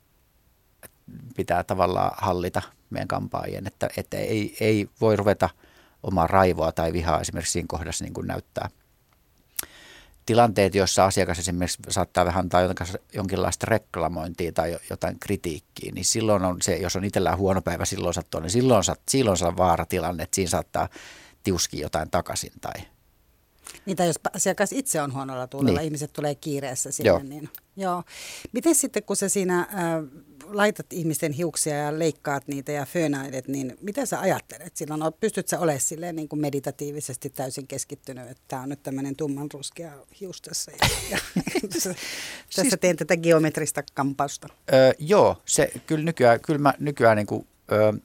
pitää tavallaan hallita meidän kampaajien, että ei voi ruveta omaa raivoa tai vihaa esimerkiksi siinä kohdassa niin kuin näyttää. Tilanteet, joissa asiakas esimerkiksi saattaa vähän antaa jonkinlaista reklamointia tai jotain kritiikkiä, niin silloin on se, jos on itsellään huono päivä, silloin sattuu, niin silloin se on vaaratilanne, että siinä saattaa tiuskia jotain takaisin. Tai jos asiakas itse on huonolla tuulella, niin ihmiset tulee kiireessä sinne. Joo. Niin, joo. Miten sitten, kun sä siinä laitat ihmisten hiuksia ja leikkaat niitä ja föönailet, niin mitä sä ajattelet silloin? Pystyt sä olemaan silleen niin kuin meditatiivisesti täysin keskittynyt, että tämä on nyt tämmöinen tummanruskea hius tässä ja tässä teen tätä geometrista kampausta? Joo, se kyllä nykyään niin kuin,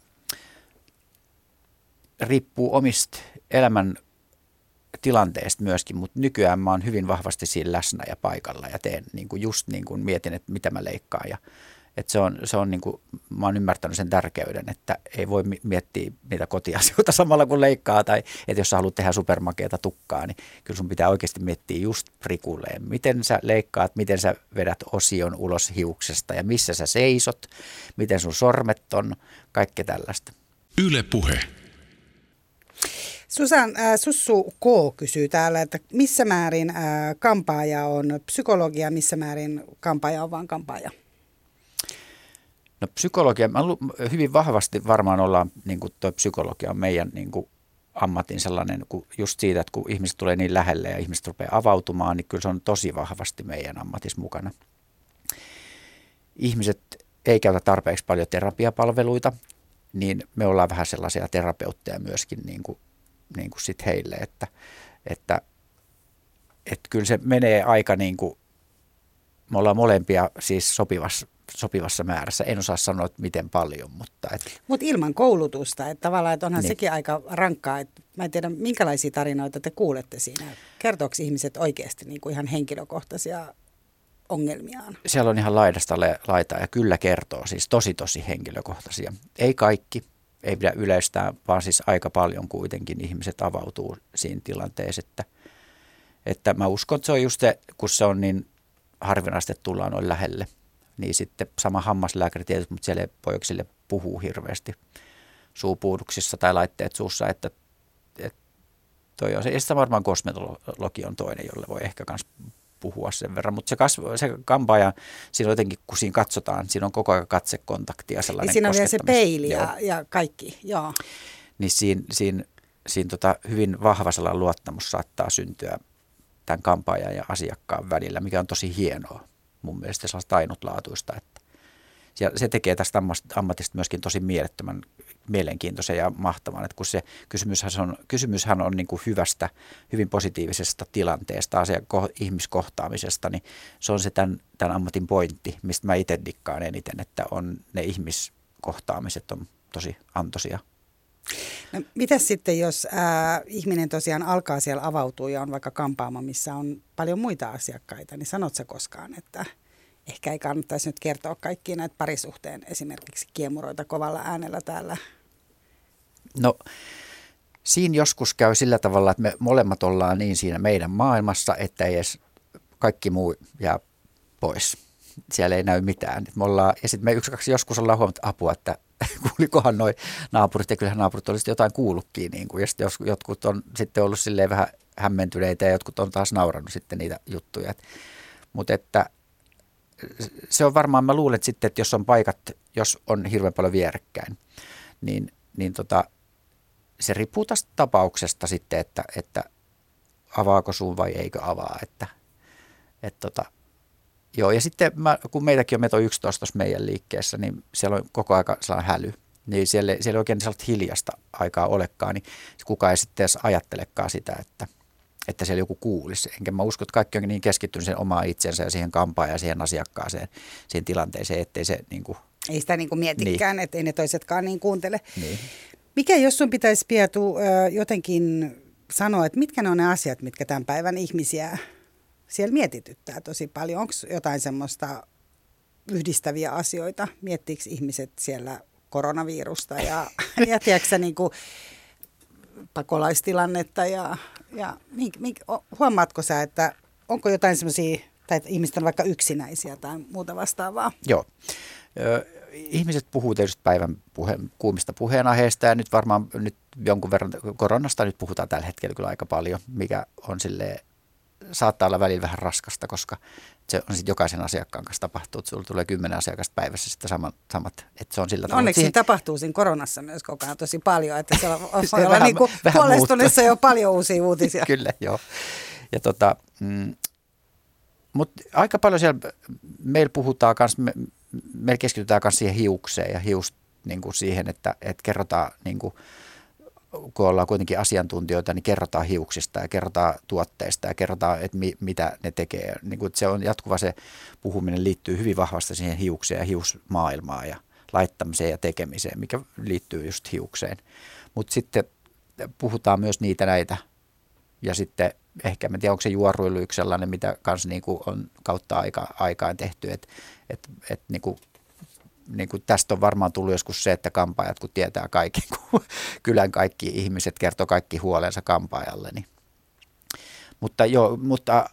riippuu omista elämän tilanteesta myöskin, mutta nykyään mä oon hyvin vahvasti siinä läsnä ja paikalla ja teen niin kuin just niin kuin mietin, että mitä mä leikkaan ja että se on niin kuin, mä oon ymmärtänyt sen tärkeyden, että ei voi miettiä niitä kotiasioita samalla kun leikkaa tai että jos sä haluat tehdä supermakeata tukkaa, niin kyllä sun pitää oikeasti miettiä just prikulleen, miten sä leikkaat, miten sä vedät osion ulos hiuksesta ja missä sä seisot, miten sun sormet on, kaikkea tällaista. Yle Puhe. Sussu K. kysyy täällä, että missä määrin kampaaja on psykologia, missä määrin kampaaja on vaan kampaaja? No psykologia, hyvin vahvasti varmaan ollaan, niin kuin tuo psykologia on meidän niin kuin ammatin sellainen, just siitä, että kun ihmiset tulee niin lähelle ja ihmiset rupeaa avautumaan, niin kyllä se on tosi vahvasti meidän ammatissa mukana. Ihmiset ei käytä tarpeeksi paljon terapiapalveluita, niin me ollaan vähän sellaisia terapeutteja myöskin niin kuin sit heille, että kyllä se menee aika niin kuin, me ollaan molempia siis sopivassa määrässä. En osaa sanoa, että miten paljon, mutta... Mutta ilman koulutusta, että tavallaan, että onhan niin. Sekin aika rankkaa, että mä en tiedä, minkälaisia tarinoita te kuulette siinä. Kertooko ihmiset oikeasti niin kuin ihan henkilökohtaisia ongelmiaan? Siellä on ihan laidasta laitaa ja kyllä kertoo, siis tosi henkilökohtaisia. Ei kaikki, ei pidä yleistää, vaan siis aika paljon kuitenkin ihmiset avautuu siinä tilanteessa, että mä uskon, että se on just se, kun se on niin harvinaista, että tullaan noin lähelle. Niin sitten sama hammaslääkäri tietysti, mutta siellä poiksille puhuu hirveästi suupuuduksissa tai laitteet suussa, että toi on se. Ja sitten varmaan kosmetologi on toinen, jolle voi ehkä myös puhua sen verran. Mutta se kampaaja, siinä on jotenkin, kun siinä katsotaan, siinä on koko ajan katsekontaktia sellainen. Ja siinä on vielä se peili ja kaikki, joo. Niin siinä hyvin vahva sellainen luottamus saattaa syntyä tämän kampaajan ja asiakkaan välillä, mikä on tosi hienoa. Mun mielestä sellaista ainutlaatuista. Ja se tekee tästä ammatista myöskin tosi mielettömän mielenkiintoisen ja mahtavan, että kun se kysymyshän on niin kuin hyvästä, hyvin positiivisesta tilanteesta, ihmiskohtaamisesta, niin se on se tämän ammatin pointti, mistä mä itse dikkaan eniten, että on ne ihmiskohtaamiset on tosi antoisia. No, mitäs sitten, jos ihminen tosiaan alkaa siellä avautua ja on vaikka kampaamo, missä on paljon muita asiakkaita, niin sanot sä koskaan, että ehkä ei kannattaisi nyt kertoa kaikkia näitä parisuhteen esimerkiksi kiemuroita kovalla äänellä täällä? No siinä joskus käy sillä tavalla, että me molemmat ollaan niin siinä meidän maailmassa, että ei edes kaikki muu jää pois. Siellä ei näy mitään. Ja sitten me joskus ollaan huomattu apua, että kuulikohan noi naapurit, ja kyllähän naapurit olisi jotain kuullutkin. Niin kuin, ja sitten jotkut on sitten ollut silleen vähän hämmentyneitä ja jotkut on taas naurannut sitten niitä juttuja. Mutta että se on varmaan, mä luulen että sitten, että jos on paikat, jos on hirveän paljon vierekkäin, niin se riippuu tästä tapauksesta sitten, että avaako suun vai eikö avaa. Joo, ja sitten kun meitäkin on meitä on 11 tuossa meidän liikkeessä, niin siellä on koko ajan sellainen häly. Niin siellä ei oikein sellaista hiljasta aikaa olekaan, niin kukaan ei sitten edes ajattelekaan sitä, että siellä joku kuulisi. Enkä mä usko, että kaikki on niin keskittynyt sen omaan itsensä ja siihen kampaan ja siihen asiakkaaseen, siihen tilanteeseen, ettei se niin kuin... Ei sitä niin kuin mietikään, Niin. ettei ne toisetkaan niin kuuntele. Niin. Mikä jos sun pitäisi, Piatu, jotenkin sanoa, että mitkä ne on ne asiat, mitkä tämän päivän ihmisiä siellä mietityttää tosi paljon? Onko jotain semmoista yhdistäviä asioita? Miettiikö ihmiset siellä koronavirusta ja tiedätkö niin kuin pakolaistilannetta ja huomaatko sä, että onko jotain semmoisia, tai että ihmiset on vaikka yksinäisiä tai muuta vastaavaa? Joo. Ihmiset puhuu tietysti päivän kuumista puheenaiheista ja nyt varmaan jonkun verran koronasta nyt puhutaan tällä hetkellä kyllä aika paljon, mikä on silleen, saattaa olla välillä vähän raskasta, koska se on sitten jokaisen asiakkaan kanssa tapahtuu, että sulla tulee 10 asiakasta päivässä sitten samat, että se on sillä tavalla. Onneksi tapahtuu siinä koronassa myös koko ajan tosi paljon, että siellä Se on olla niin kuin huolestuneessa jo paljon uusia uutisia. Kyllä, joo. Ja mutta aika paljon siellä meillä puhutaan kanssa, meillä keskitytään myös siihen hiukseen ja niin kuin siihen, että kerrotaan, niin kuin, kun ollaan kuitenkin asiantuntijoita, niin kerrotaan hiuksista ja kerrotaan tuotteista ja kerrotaan, että mitä ne tekee. Niin kuin, että se on jatkuva se puhuminen liittyy hyvin vahvasti siihen hiukseen ja hiusmaailmaan ja laittamiseen ja tekemiseen, mikä liittyy just hiukseen. Mutta sitten puhutaan myös näitä ja sitten ehkä, en tiedä, onko se juoruilu yksi sellainen, mitä kanssa niin kuin on kautta aikaan tehty, että niin kuin tästä on varmaan tullut joskus se, että kampaajat, kun tietää kaiken, kun kylän kaikki ihmiset kertoo kaikki huolensa kampaajalle. Niin. Mutta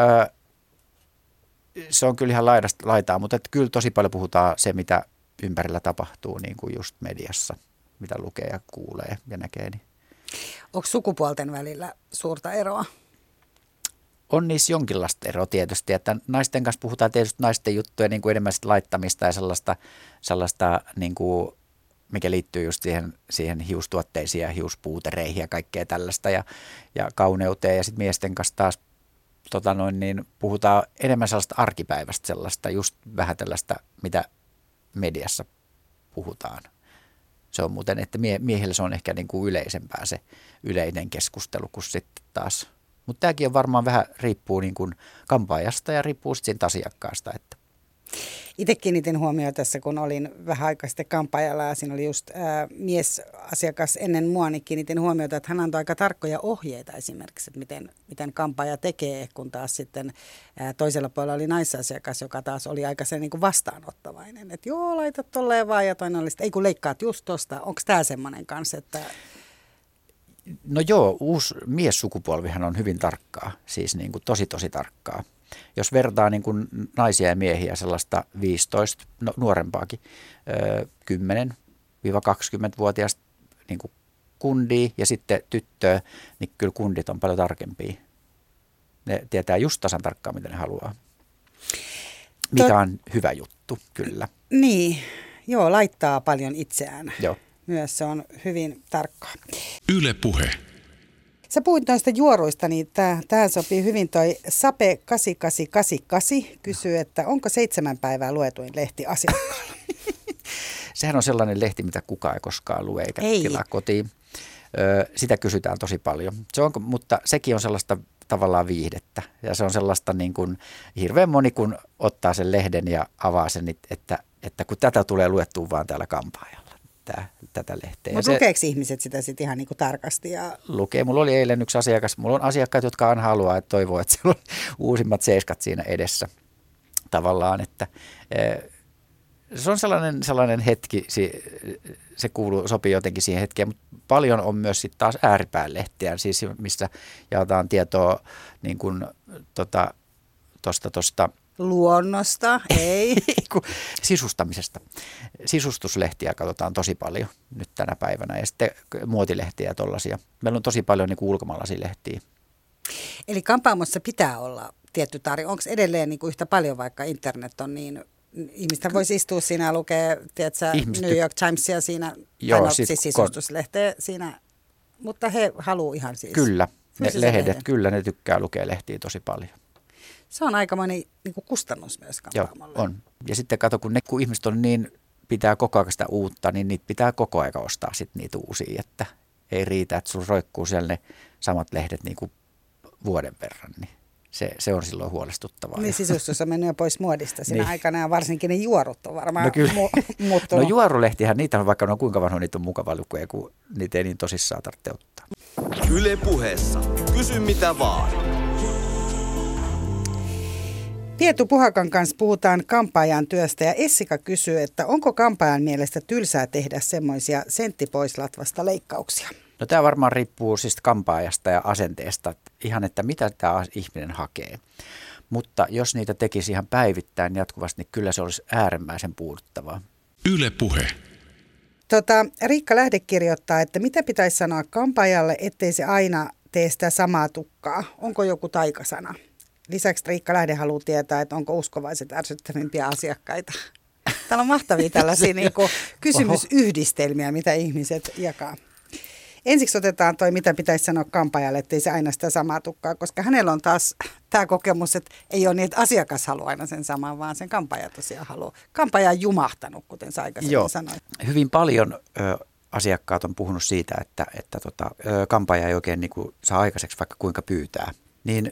se on kyllä ihan laidasta laitaa, mutta että kyllä tosi paljon puhutaan se, mitä ympärillä tapahtuu niin kuin just mediassa, mitä lukee ja kuulee ja näkee. Niin. Onko sukupuolten välillä suurta eroa? On niissä jonkinlaista eroa tietysti, että naisten kanssa puhutaan tietysti naisten juttuja niin kuin enemmän laittamista ja sellaista niin kuin, mikä liittyy just siihen hiustuotteisiin ja hiuspuutereihin ja kaikkea tällaista ja kauneuteen. Ja sitten miesten kanssa taas niin puhutaan enemmän sellaista arkipäivästä sellaista, just vähän tällaista, mitä mediassa puhutaan. Se on muuten, että miehillä se on ehkä niin kuin yleisempää se yleinen keskustelu kuin sitten taas. Mutta tämäkin on varmaan vähän riippuu niin kuin kampaajasta ja riippuu sitten siitä asiakkaasta. Että. Itse kiinnitin huomioon tässä, kun olin vähän aikaa sitten kampaajalla ja siinä oli just miesasiakas ennen mua, niin kiinnitin huomiota, että hän antoi aika tarkkoja ohjeita esimerkiksi, että miten kampaaja tekee, kun taas sitten toisella puolella oli naisasiakas, joka taas oli aika se niin kuin vastaanottavainen. Että joo, laitat tolleen vaan ja toinen oli sitten, ei kun leikkaat just tosta. Onko tämä semmoinen kanssa, että... No joo, uusi miessukupolvihan on hyvin tarkkaa, siis niin kuin tosi tarkkaa. Jos vertaa niin kuin naisia ja miehiä sellaista 15, nuorempaakin, 10-20-vuotiaista niin kuin kundia ja sitten tyttöä, niin kyllä kundit on paljon tarkempia. Ne tietää just tasan tarkkaan, mitä ne haluaa. Mikä on hyvä juttu, kyllä. Niin, joo, laittaa paljon itseään. Joo. Myös se on hyvin tarkkaa. Yle Puhe. Sä puhuit noista juoruista, niin tähän sopii hyvin toi Sape 8888 kysyy, että onko 7 päivää luetuin lehti asiakkaalla? Sehän on sellainen lehti, mitä kukaan ei koskaan lue eikä tilaa kotiin. Sitä kysytään tosi paljon. Mutta sekin on sellaista tavallaan viihdettä ja se on sellaista niin kuin hirveän moni, kun ottaa sen lehden ja avaa sen, että kun tätä tulee luettua vaan täällä kampaajalla. Tätä lehteä. Mutta lukeeko ihmiset sitä sitten ihan niin kuin tarkasti? Lukee. Mulla oli eilen yksi asiakas. Mulla on asiakkaat, jotka aina haluaa, että toivoo, että siellä on uusimmat seiskat siinä edessä. Tavallaan, että se on sellainen hetki, se sopii jotenkin siihen hetkeen, mutta paljon on myös sitten taas ääripäälehtiä, siis missä jaetaan tietoa niin kuin tuosta luonnosta, ei. Sisustamisesta. Sisustuslehtiä katsotaan tosi paljon nyt tänä päivänä ja sitten muotilehtiä ja tollaisia. Meillä on tosi paljon niin kuin ulkomaalaisia lehtiä. Eli kampaamossa pitää olla tietty tarjo. Onko edelleen niin kuin yhtä paljon, vaikka internet on niin, ihmistä voisi istua siinä ja lukea, tiedätkö, New York Timesia siinä, siis sisustuslehteä siinä, mutta he haluaa ihan siis. Kyllä, ne lehdet, kyllä ne tykkää lukea lehtiä tosi paljon. Se on aikamoinen niin kuin kustannus myös kampaamolle. Joo, on. Ja sitten kato, kun ihmiset on niin pitää koko ajan sitä uutta, niin niitä pitää koko ajan ostaa sitten niitä uusia, että ei riitä, että sulla roikkuu siellä ne samat lehdet niin kuin vuoden verran, niin se on silloin huolestuttavaa. Niin sisustus on mennyt jo pois muodista siinä aikana ja varsinkin ne juorut on varmaan muuttunut. No juorulehtihän, niitä on vaikka kuinka vanhoja, niitä on mukava lukea, kun niitä ei niin tosissaan tarvitse ottaa. Yle Puheessa. Kysy mitä vaan. Pietu Puhakan kanssa puhutaan kampaajan työstä ja Essika kysyy, että onko kampaajan mielestä tylsää tehdä semmoisia sentti pois latvasta leikkauksia? No tämä varmaan riippuu siis kampaajasta ja asenteesta, ihan että mitä tämä ihminen hakee. Mutta jos niitä tekisi ihan päivittäin jatkuvasti, niin kyllä se olisi äärimmäisen puuduttavaa. Yle Puhe. Riikka Lähde kirjoittaa, että mitä pitäisi sanoa kampaajalle, ettei se aina tee sitä samaa tukkaa. Onko joku taikasana? Lisäksi Riikka Lähde haluaa tietää, että onko uskovaiset ärsyttävimpiä asiakkaita. Täällä on mahtavia tällaisia kysymysyhdistelmiä, mitä ihmiset jakaa. Ensiksi otetaan mitä pitäisi sanoa kampaajalle, ettei se aina sitä samaa tukkaa, koska hänellä on taas tämä kokemus, että ei ole niin, että asiakas haluaa aina sen saman, vaan sen kampaaja tosiaan haluaa. Kampaaja on jumahtanut, kuten sä aikaisemmin sanoit. Hyvin paljon asiakkaat on puhunut siitä, että kampaaja ei oikein niin kuin saa aikaiseksi vaikka kuinka pyytää. Niin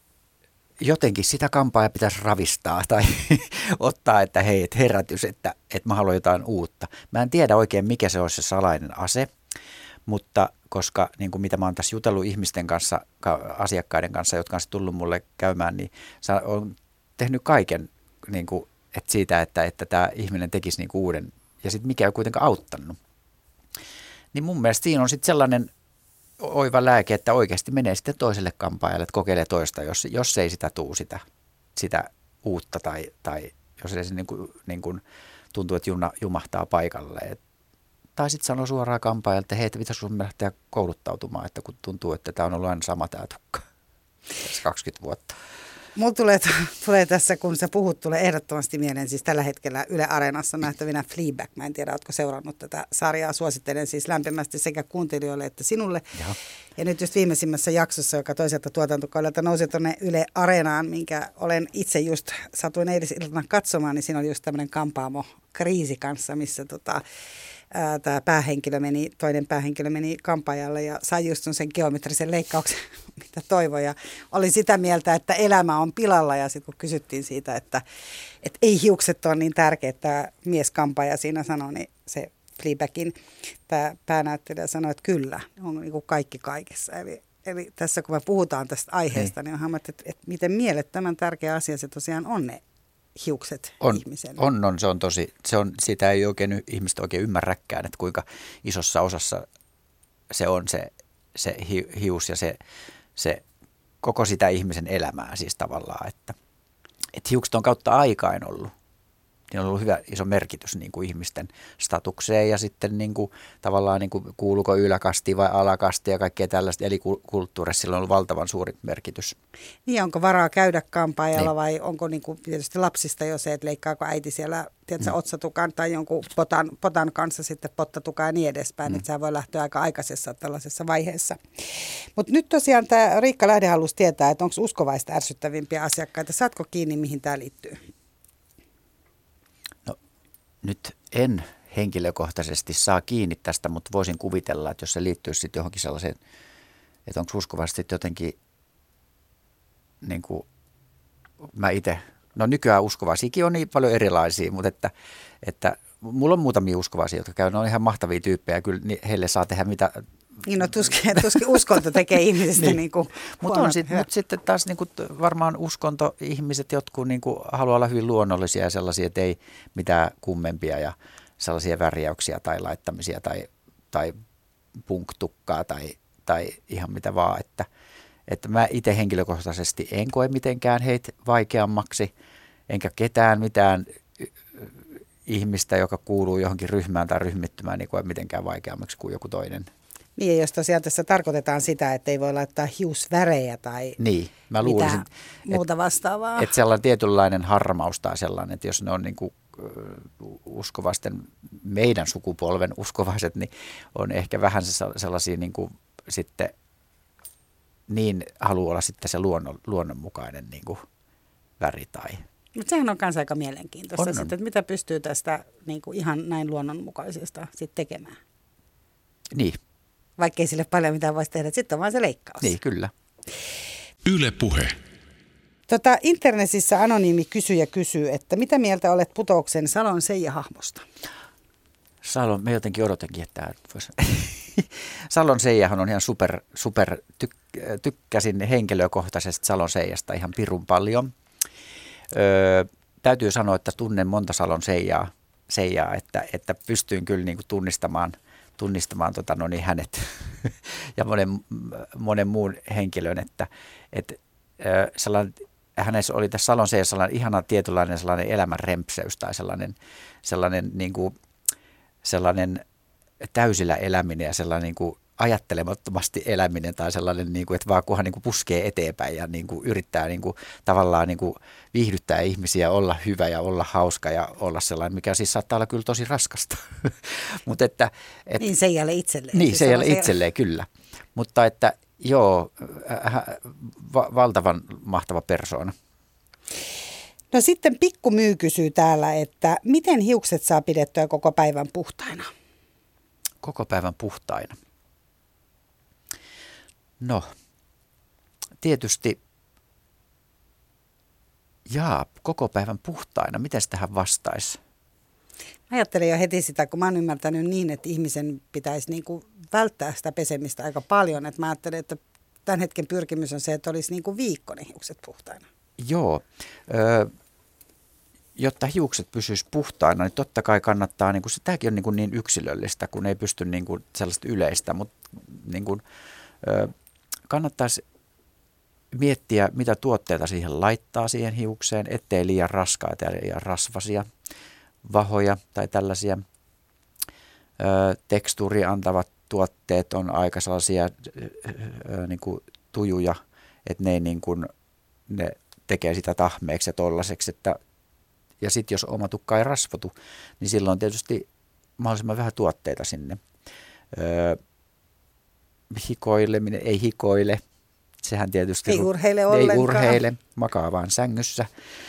jotenkin sitä kampaajaa pitäisi ravistaa tai ottaa, että hei, et herätys, että mä haluan jotain uutta. Mä en tiedä oikein, mikä se olisi se salainen ase. Mutta koska niin kuin mitä mä oon tässä jutellut ihmisten kanssa, asiakkaiden kanssa, jotka on tullut mulle käymään, niin on tehnyt kaiken niin kuin, että siitä, että tämä ihminen tekisi niin kuin uuden ja sitten mikä ei kuitenkaan auttanut. Niin mun mielestä siinä on sitten sellainen oiva lääke, että oikeasti menee sitten toiselle kampaajalle, että kokeilee toista, jos ei sitä tule sitä uutta tai jos ei se niin kuin tuntuu, että jumahtaa paikalle. Tai sitten sanoo suoraan kampaajalle, että hei, että pitäisi sun lähteä kouluttautumaan, että kun tuntuu, että tämä on ollut aina sama tämä tukka. 20 vuotta. Mulla tulee tässä, kun sä puhut, tulee ehdottomasti mieleen, siis tällä hetkellä Yle Areenassa nähtävinä Fleabag. Mä en tiedä, ootko seurannut tätä sarjaa. Suosittelen siis lämpimästi sekä kuuntelijoille että sinulle. Jaha. Ja nyt just viimeisimmässä jaksossa, joka toiselta tuotantokaudelta nousi tuonne Yle Areenaan, minkä olen itse just satuin eilisiltana katsomaan, niin siinä oli just tämmöinen kampaamo-kriisi kanssa, missä tämä toinen päähenkilö meni kampaajalle ja sai just sen geometrisen leikkauksen, mitä toivoi. Ja oli sitä mieltä, että elämä on pilalla ja sitten kun kysyttiin siitä, että ei hiukset ole niin tärkeä, että mies kampaaja siinä sanoi, niin se Fleabagin tämä päänäyttelijä sanoi, että kyllä, on niin kuin kaikki kaikessa. Eli tässä kun me puhutaan tästä aiheesta, niin on havaittu, että miten mielettömän tärkeä asia se tosiaan on ne hiukset ihmiselle. Se on tosi, sitä ei oikein ihmiset oikein ymmärräkään, että kuinka isossa osassa se on se hius ja se koko sitä ihmisen elämää siis tavallaan, että hiukset on kautta aikain ollut. Niin on ollut hyvä iso merkitys niin kuin ihmisten statukseen ja sitten niin kuin, tavallaan niin kuin, kuuluuko yläkasti vai alakasti ja kaikkea tällaista. Eli kulttuurissa sillä on ollut valtavan suuri merkitys. Niin, onko varaa käydä kampaajalla vai onko niin kuin, tietysti lapsista jo se, että leikkaako äiti siellä otsatukan tai jonkun potan kanssa sitten pottatukan ja niin edespäin. Että sehän voi lähteä aika aikaisessa tällaisessa vaiheessa. Mutta nyt tosiaan tämä Riikka Lähde halusi tietää, että onko uskovaista ärsyttävimpiä asiakkaita. Saatko kiinni, mihin tämä liittyy? Nyt en henkilökohtaisesti saa kiinni tästä, mutta voisin kuvitella, että jos se liittyy sitten johonkin sellaiseen, että onko uskovasti jotenkin, niin kuin mä itse, no nykyään uskovaisiakin on niin paljon erilaisia, mutta että mulla on muutamia uskovaisia, jotka käy, ne on ihan mahtavia tyyppejä, kyllä heille saa tehdä mitä. Niin, no tuskin uskonto tekee ihmisistä niin kuin Mutta sitten taas niin kuin varmaan uskonto-ihmiset, jotkut niin kuin haluaa olla hyvin luonnollisia ja sellaisia, että ei mitään kummempia ja sellaisia värjäyksiä tai laittamisia tai punktukkaa tai ihan mitä vaan. Että mä itse henkilökohtaisesti en koe mitenkään heitä vaikeammaksi, enkä ketään mitään ihmistä, joka kuuluu johonkin ryhmään tai ryhmittymään, niin koe mitenkään vaikeammaksi kuin joku toinen. Niin, ja jos tosiaan tässä tarkoitetaan sitä, että ei voi laittaa hiusvärejä tai mä luulisin, muuta vastaavaa. Että sellainen tietynlainen harmaus tai sellainen, että jos ne on niin kuin uskovasten, meidän sukupolven uskovaiset, niin on ehkä vähän sellaisia niin kuin sitten, niin haluaa olla sitten se luonnonmukainen niin kuin väri Mutta sehän on myös aika mielenkiintoista On. sitten, että mitä pystyy tästä niin kuin ihan näin luonnonmukaisesta sitten tekemään. Niin, Vaikkei sille paljon mitään voisi tehdä, sitten on vaan se leikkaus. niin kyllä. Yle Puhe. Internetissä anonyymi kysyjä kysyy, että mitä mieltä olet Putouksen Salon Seija-hahmosta? Mä jotenkin odotankin, että Salon Seijahan on ihan tykkäsin henkilökohtaisesti Salon Seijasta ihan pirun paljon. Täytyy sanoa, että tunnen monta Salon Seijaa että pystyin kyllä niin kuin tunnistamaan hänet ja monen muun henkilön, että hänessä oli tässä Salon Seijassa sellainen ihana tietynlainen sellainen elämän rempseys tai sellainen niin kuin sellainen täysillä eläminen ja sellainen niin kuin ajattelemattomasti eläminen tai sellainen, niin kuin, että vaan kunhan niin kuin puskee eteenpäin ja niin kuin yrittää niin kuin, tavallaan niin kuin viihdyttää ihmisiä, olla hyvä ja olla hauska ja olla sellainen, mikä siis saattaa olla kyllä tosi raskasta. Mut niin Seijalle itselleen. Niin, Seijalle itselleen kyllä. Mutta että joo, valtavan mahtava persoona. No sitten Pikku Myy kysyy täällä, että miten hiukset saa pidettyä koko päivän puhtaina? Koko päivän puhtaina. No, tietysti, koko päivän puhtaina. Miten tähän vastaisi? Ajattelen jo heti sitä, kun mä oon ymmärtänyt niin, että ihmisen pitäisi niin kuin välttää sitä pesemistä aika paljon. Että mä ajattelen, että tämän hetken pyrkimys on se, että olisi niin kuin viikko ne hiukset puhtaina. Joo, jotta hiukset pysyisi puhtaina, niin totta kai kannattaa, niin kuin, tämäkin on niin yksilöllistä, kun ei pysty niin kuin sellaista yleistä, mutta niin kuin, kannattaisi miettiä, mitä tuotteita siihen laittaa siihen hiukseen, ettei liian raskaita ja liian rasvasia vahoja tai tällaisia tekstuuria antavat tuotteet on aika sellaisia niin kuin tujuja, että ne tekee sitä tahmeeksi ja tollaiseksi, ja sitten jos oma tukka ei rasvotu, niin silloin tietysti mahdollisimman vähän tuotteita sinne. Hikoileminen, ei hikoile, sehän tietysti... Ei urheile ollenkaan. Ei urheile, makaa vaan sängyssä.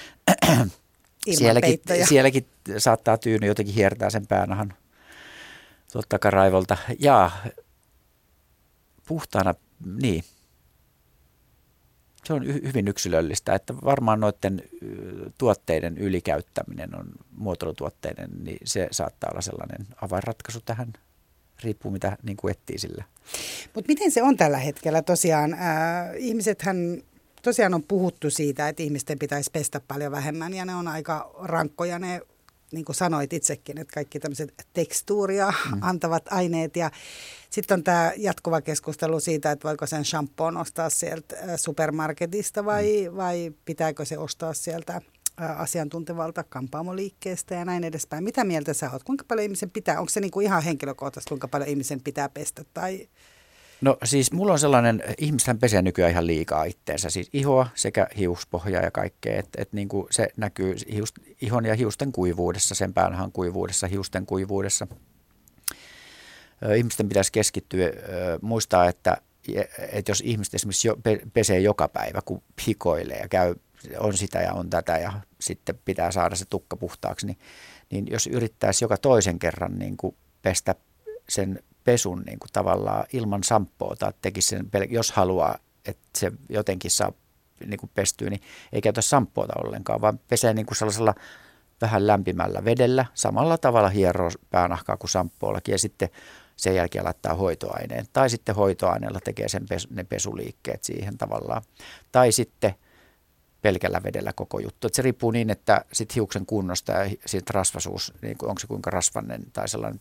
Ilman peittoja. Sielläkin saattaa tyyny jotenkin hiertää sen päänahan tuolta takaraivolta. Ja puhtaana, niin. Se on hyvin yksilöllistä, että varmaan noiden tuotteiden ylikäyttäminen on muotoilutuotteiden, niin se saattaa olla sellainen avainratkaisu tähän. Riippuu mitä niin kuin etsii sillä. Mutta miten se on tällä hetkellä tosiaan? Ihmisethän tosiaan on puhuttu siitä, että ihmisten pitäisi pestä paljon vähemmän ja ne on aika rankkoja ne, niin kuin sanoit itsekin, että kaikki tämmöiset tekstuuria antavat aineet ja sitten on tämä jatkuva keskustelu siitä, että voiko sen shampoon ostaa sieltä supermarketista vai pitääkö se ostaa sieltä asiantuntevalta kampaamoliikkeestä ja näin edespäin. Mitä mieltä sä oot? Kuinka paljon ihmisen pitää? Onko se niinku ihan henkilökohtaisesti, kuinka paljon ihmisen pitää pestä? Tai... No siis mulla on sellainen, ihmisethän pesee nykyään ihan liikaa itteensä, siis ihoa sekä hiuspohjaa ja kaikkea, että niinku se näkyy ihon ja hiusten kuivuudessa, sen päänahan kuivuudessa, hiusten kuivuudessa. Ihmisten pitäisi keskittyä, muistaa, että jos ihmiset esimerkiksi pesee joka päivä, kun hikoilee ja käy, on sitä ja on tätä ja sitten pitää saada se tukka puhtaaksi, niin jos yrittäisi joka toisen kerran niin kuin pestä sen pesun niin kuin tavallaan ilman samppoota, tekisi sen, jos haluaa, että se jotenkin saa niin kuin pestyä, niin ei käytä samppoota ollenkaan, vaan pesee niin kuin sellaisella vähän lämpimällä vedellä, samalla tavalla hieroo päänahkaa kuin samppoollakin ja sitten sen jälkeen laittaa hoitoaineen. Tai sitten hoitoaineella tekee ne pesuliikkeet siihen tavallaan. Tai sitten pelkällä vedellä koko juttu. Et se riippuu niin, että sit hiuksen kunnosta ja siitä rasvaisuus, niin onko se kuinka rasvainen tai sellainen.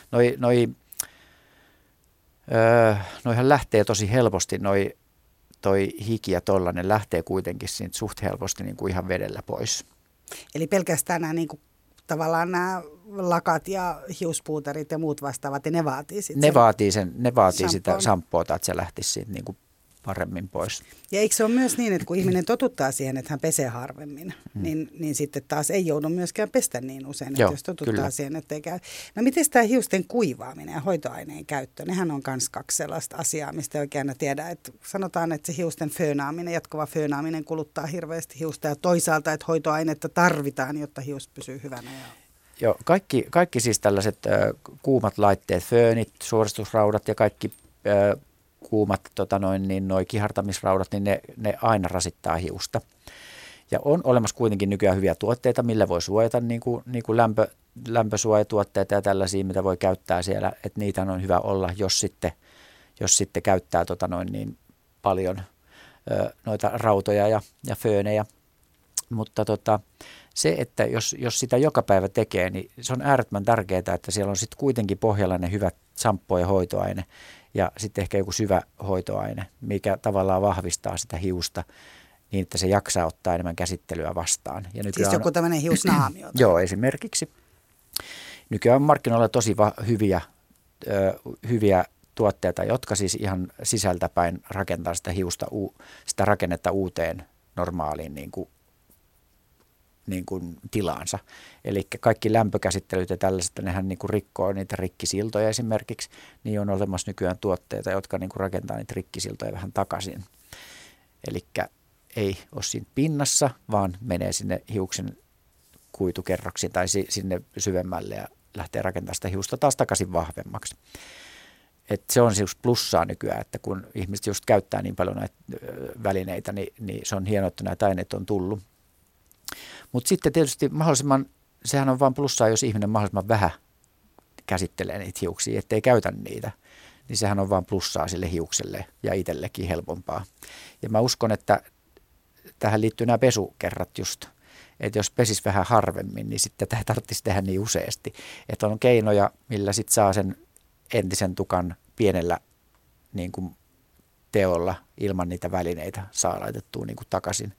Noihan lähtee tosi helposti, toi hiki ja tollainen lähtee kuitenkin siitä suht helposti niin kuin ihan vedellä pois. Eli pelkästään nämä niin kuin, tavallaan nämä lakat ja hiuspuuterit ja muut vastaavat, ja ne vaatii sitten Ne vaatii sitä samppoota, että se lähtisi siitä niin kuin paremmin pois. Ja eikö se ole myös niin, että kun ihminen totuttaa siihen, että hän pesee harvemmin, niin sitten taas ei joudu myöskään pestä niin usein, että jos totuttaa kyllä. siihen, että ei käy. No miten tämä hiusten kuivaaminen ja hoitoaineen käyttö, nehän on myös kaksi sellaista asiaa, mistä oikein tiedä, että sanotaan, että se hiusten föönaaminen, jatkuva föönaaminen kuluttaa hirveästi hiusta ja toisaalta, että hoitoainetta tarvitaan, jotta hius pysyy hyvänä. Joo, kaikki siis tällaiset kuumat laitteet, föönit, suoristusraudat ja kaikki kuumat noi kihartamisraudat, niin ne aina rasittaa hiusta. Ja on olemassa kuitenkin nykyään hyviä tuotteita, millä voi suojata niin kuin lämpösuojatuotteita ja tällaisia, mitä voi käyttää siellä. Että niitä on hyvä olla, jos sitten käyttää niin paljon noita rautoja ja föönejä. Mutta se, että jos sitä joka päivä tekee, niin se on äärettömän tärkeää, että siellä on sitten kuitenkin pohjalla ne hyvät shampoo ja hoitoaine ja sitten ehkä joku syvä hoitoaine, mikä tavallaan vahvistaa sitä hiusta niin, että se jaksaa ottaa enemmän käsittelyä vastaan. Ja siis joku tämmöinen hiusnaamio. Joo, esimerkiksi. Nykyään on markkinoilla tosi hyviä tuotteita, jotka siis ihan sisältäpäin rakentaa sitä sitä rakennetta uuteen normaaliin niin kuin tilaansa. Eli kaikki lämpökäsittelyt ja tällaiset, nehän niin kuin rikkoo niitä rikkisiltoja esimerkiksi, niin on olemassa nykyään tuotteita, jotka niin kuin rakentaa niitä rikkisiltoja vähän takaisin. Eli ei ole siinä pinnassa, vaan menee sinne hiuksen kuitukerroksiin tai sinne syvemmälle ja lähtee rakentamaan sitä hiusta taas takaisin vahvemmaksi. Et se on siis plussaa nykyään, että kun ihmiset just käyttää niin paljon näitä välineitä, niin se on hienoa, että näitä aineita on tullut. Mutta sitten tietysti sehän on vain plussaa, jos ihminen mahdollisimman vähän käsittelee niitä hiuksia, ettei käytä niitä. Niin sehän on vain plussaa sille hiukselle ja itsellekin helpompaa. Ja mä uskon, että tähän liittyy nämä pesukerrat just. Että jos pesisi vähän harvemmin, niin sitten tätä ei tarvitsisi tehdä niin useasti. Että on keinoja, millä sitten saa sen entisen tukan pienellä niin kuin teolla ilman niitä välineitä saa laitettua niin kuin takaisin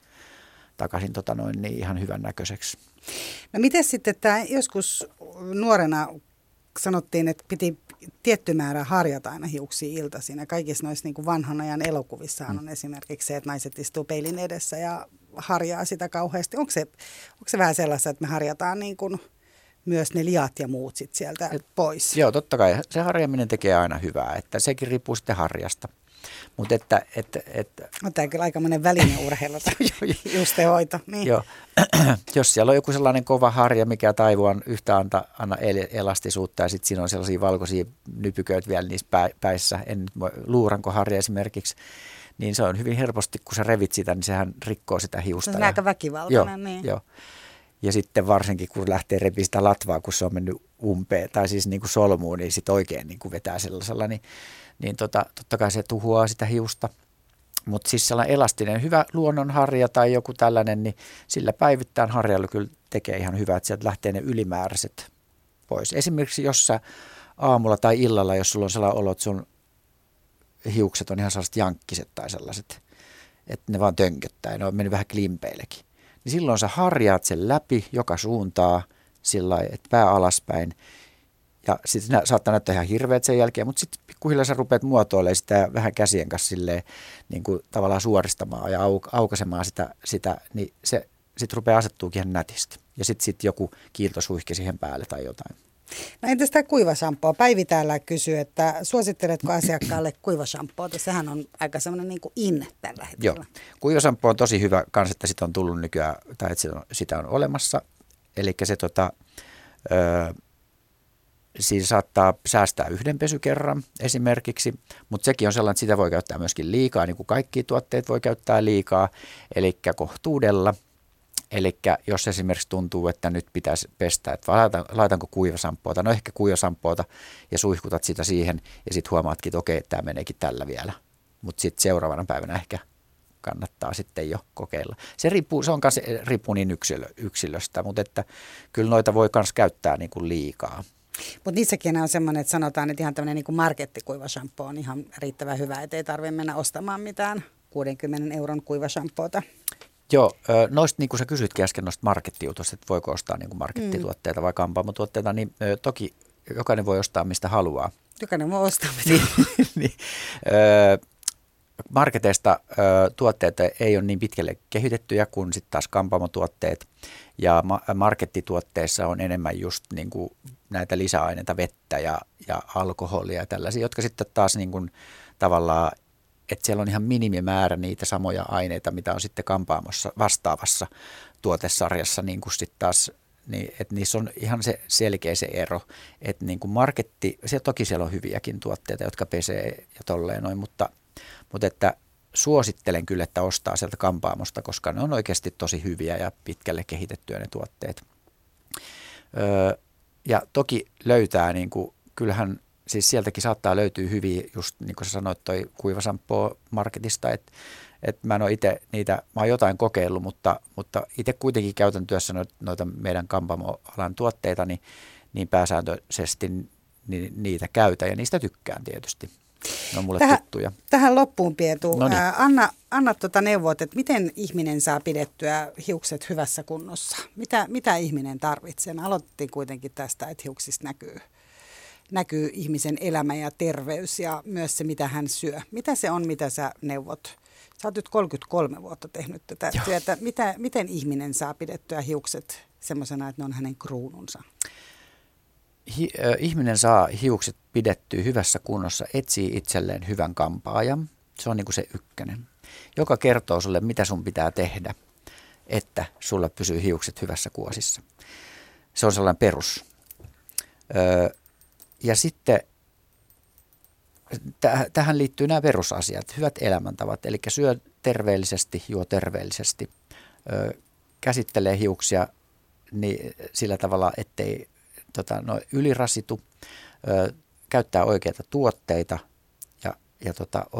niin ihan hyvän näköiseksi. No miten sitten tämä joskus nuorena sanottiin, että piti tietty määrä harjata aina hiuksia iltaisin. Ja kaikissa noissa niin kuin vanhan ajan elokuvissahan on esimerkiksi se, että naiset istuu peilin edessä ja harjaa sitä kauheasti. Onko se vähän sellaista, että me harjataan niin kuin myös ne liat ja muut sit sieltä pois? Joo, totta kai. Se harjaminen tekee aina hyvää, että sekin riippuu sitten harjasta. Mutta on tämä kyllä aikamoinen välineurheilu, justehoito. Niin. Joo. Jos siellä on joku sellainen kova harja, mikä taivuaan yhtä anna elastisuutta ja sitten siinä on sellaisia valkoisia nypyköitä vielä niissä päissä, luurankoharja esimerkiksi, niin se on hyvin helposti, kun sä revit sitä, niin sehän rikkoo sitä hiusta. Se on aika väkivaltainen. Niin. Joo. Ja sitten varsinkin, kun lähtee repiä sitä latvaa, kun se on mennyt umpeen tai siis niin kuin solmuun, niin sitten oikein niin kuin vetää sellaisella, niin totta kai se tuhoaa sitä hiusta. Mutta siis sellainen elastinen, hyvä luonnonharja tai joku tällainen, niin sillä päivittäin harjalla kyllä tekee ihan hyvää, että sieltä lähtee ne ylimääräiset pois. Esimerkiksi jos sä aamulla tai illalla, jos sulla on sellainen olo, että sun hiukset on ihan sellaiset jankkiset tai sellaiset, että ne vaan tönköttää ja ne on mennyt vähän klimpeillekin. Niin silloin sä harjaat sen läpi joka suuntaa sillä lailla, että pää alaspäin. Ja sitten saattaa näyttää ihan hirveät sen jälkeen, mutta sitten pikkuhiljaa sä rupeat muotoilemaan sitä vähän käsien kanssa silleen, niin kuin tavallaan suoristamaan ja aukaisemaan sitä niin se sitten rupeaa asettuukin ihan nätisti. Ja sitten joku kiiltosuihke siihen päälle tai jotain. No entäs tämä kuivashampoo? Päivi täällä kysyy, että suositteletko asiakkaalle kuivashampoota? Sehän on aika semmoinen niin kuin in tällä hetkellä. Joo, kuivashampoo on tosi hyvä kans, että sitä on tullut nykyään, tai että sitä on olemassa. Eli se siinä saattaa säästää yhden pesykerran esimerkiksi, mutta sekin on sellainen, että sitä voi käyttää myöskin liikaa, niin kuin kaikki tuotteet voi käyttää liikaa, eli kohtuudella. Eli jos esimerkiksi tuntuu, että nyt pitäisi pestä, että laitanko kuivasampoota, no ehkä kuivasampoota ja suihkutat sitä siihen ja sitten huomaatkin, että okei, tämä meneekin tällä vielä, mutta sitten seuraavana päivänä ehkä kannattaa sitten jo kokeilla. Se riippuu niin yksilöstä, mutta että kyllä noita voi myös käyttää niin kuin liikaa. Mutta niissäkin on semmoinen, että sanotaan, että ihan tämmöinen niin kuin markettikuivashampoo on ihan riittävän hyvä, ettei tarvitse mennä ostamaan mitään 60 € kuivashampoota. Joo, noista niin kuin sä kysyitkin äsken noista markettijutuista, että voiko ostaa niin kuin markettituotteita vai kampaamotuotteita, niin toki jokainen voi ostaa mistä haluaa. Jokainen voi ostaa mitä niin, marketeista tuotteet ei ole niin pitkälle kehitettyjä kuin sitten taas kampaamotuotteet. Ja markettituotteissa on enemmän just niin kuin näitä lisäaineita, vettä ja alkoholia ja tällaisia, jotka sitten taas niin kuin tavallaan, että siellä on ihan minimimäärä niitä samoja aineita, mitä on sitten kampaamossa vastaavassa tuotesarjassa, niin kuin sitten taas, niin, että niissä on ihan se selkeä se ero, että niin kuin toki siellä on hyviäkin tuotteita, jotka pesee ja tolleen noin, mutta että suosittelen kyllä, että ostaa sieltä kampaamosta, koska ne on oikeasti tosi hyviä ja pitkälle kehitettyjä ne tuotteet. Ja toki löytää, niin kuin, kyllähän siis sieltäkin saattaa löytyä hyviä, just niin kuin sä sanoit, toi kuivasampo marketista, että mä en ole itse niitä, mä oon jotain kokeillut, mutta itse kuitenkin käytän työssä noita meidän kampaamoalan tuotteita, niin pääsääntöisesti niitä käytän ja niistä tykkään tietysti. Ne on mulle tuttuja. Tähän loppuun, Pietu. No niin. Anna neuvot, että miten ihminen saa pidettyä hiukset hyvässä kunnossa? Mitä ihminen tarvitsee? Me aloitettiin kuitenkin tästä, että hiuksista näkyy ihmisen elämä ja terveys ja myös se, mitä hän syö. Mitä se on, mitä sä neuvot? Sä oot nyt 33 vuotta tehnyt tätä työtä. Miten ihminen saa pidettyä hiukset semmoisena, että ne on hänen kruununsa? Ihminen saa hiukset pidettyä hyvässä kunnossa, etsii itselleen hyvän kampaajan. Se on niin kuin se ykkönen, joka kertoo sulle, mitä sun pitää tehdä, että sulla pysyy hiukset hyvässä kuosissa. Se on sellainen perus. Ja sitten tähän liittyy nämä perusasiat, hyvät elämäntavat, eli syö terveellisesti, juo terveellisesti, käsittelee hiuksia sillä tavalla, ettei ylirasitu, käyttää oikeita tuotteita ja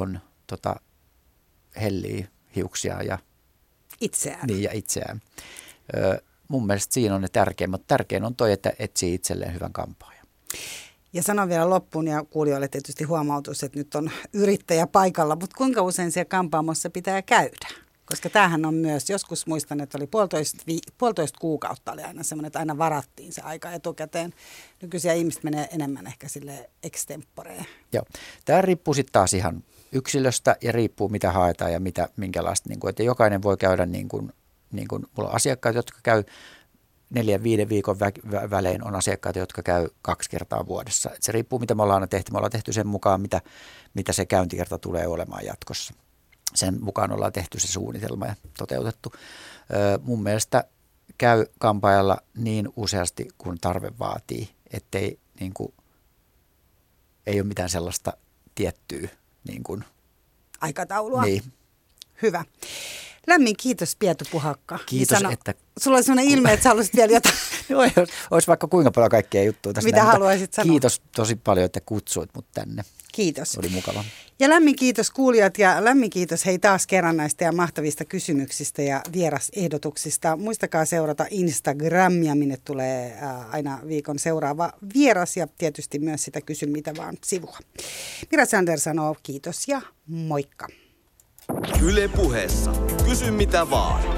hellii hiuksia ja itseään. Niin, ja itseään. Mun mielestä siinä on ne tärkein, mutta tärkein on toi, että etsii itselleen hyvän kampaajan. Ja sanon vielä loppuun ja kuulijoille tietysti huomautus, että nyt on yrittäjä paikalla, mutta kuinka usein siellä kampaamossa pitää käydä? Koska tämähän on myös, joskus muistan, että oli puolitoista kuukautta oli aina semmoinen, että aina varattiin se aika etukäteen. Nykyisiä ihmiset menee enemmän ehkä sille extemporeen. Joo, tämä riippuu sitten taas ihan yksilöstä ja riippuu mitä haetaan ja minkälaista. Niin kuin, että jokainen voi käydä niin kuin mulla on asiakkaita, jotka käy 4-5 viikon välein, on asiakkaita, jotka käy 2 kertaa vuodessa. Et se riippuu mitä me ollaan aina tehty. Me ollaan tehty sen mukaan, mitä se käyntikerta tulee olemaan jatkossa. Sen mukaan ollaan tehty se suunnitelma ja toteutettu. Mun mielestä käy kampaajalla niin useasti kuin tarve vaatii, ettei niin kuin, ei ole mitään sellaista tiettyä niin kuin, aikataulua. Niin. Hyvä. Lämmin kiitos, Pietu Puhakka. Kiitos, että... Sulla oli sellainen ilme, että sä haluaisit vielä jotain. Olisi vaikka kuinka paljon kaikkea juttuja tässä. Mitä haluaisit sanoa? Kiitos tosi paljon, että kutsuit mut tänne. Kiitos. Oli mukava. Ja lämmin kiitos kuulijat ja lämmin kiitos hei taas kerran näistä ja mahtavista kysymyksistä ja vierasehdotuksista. Muistakaa seurata Instagramia, minne tulee aina viikon seuraava vieras ja tietysti myös sitä Kysy mitä vaan -sivua. Mira Sander sanoo kiitos ja moikka. Yle Puheessa. Kysy mitä vaan.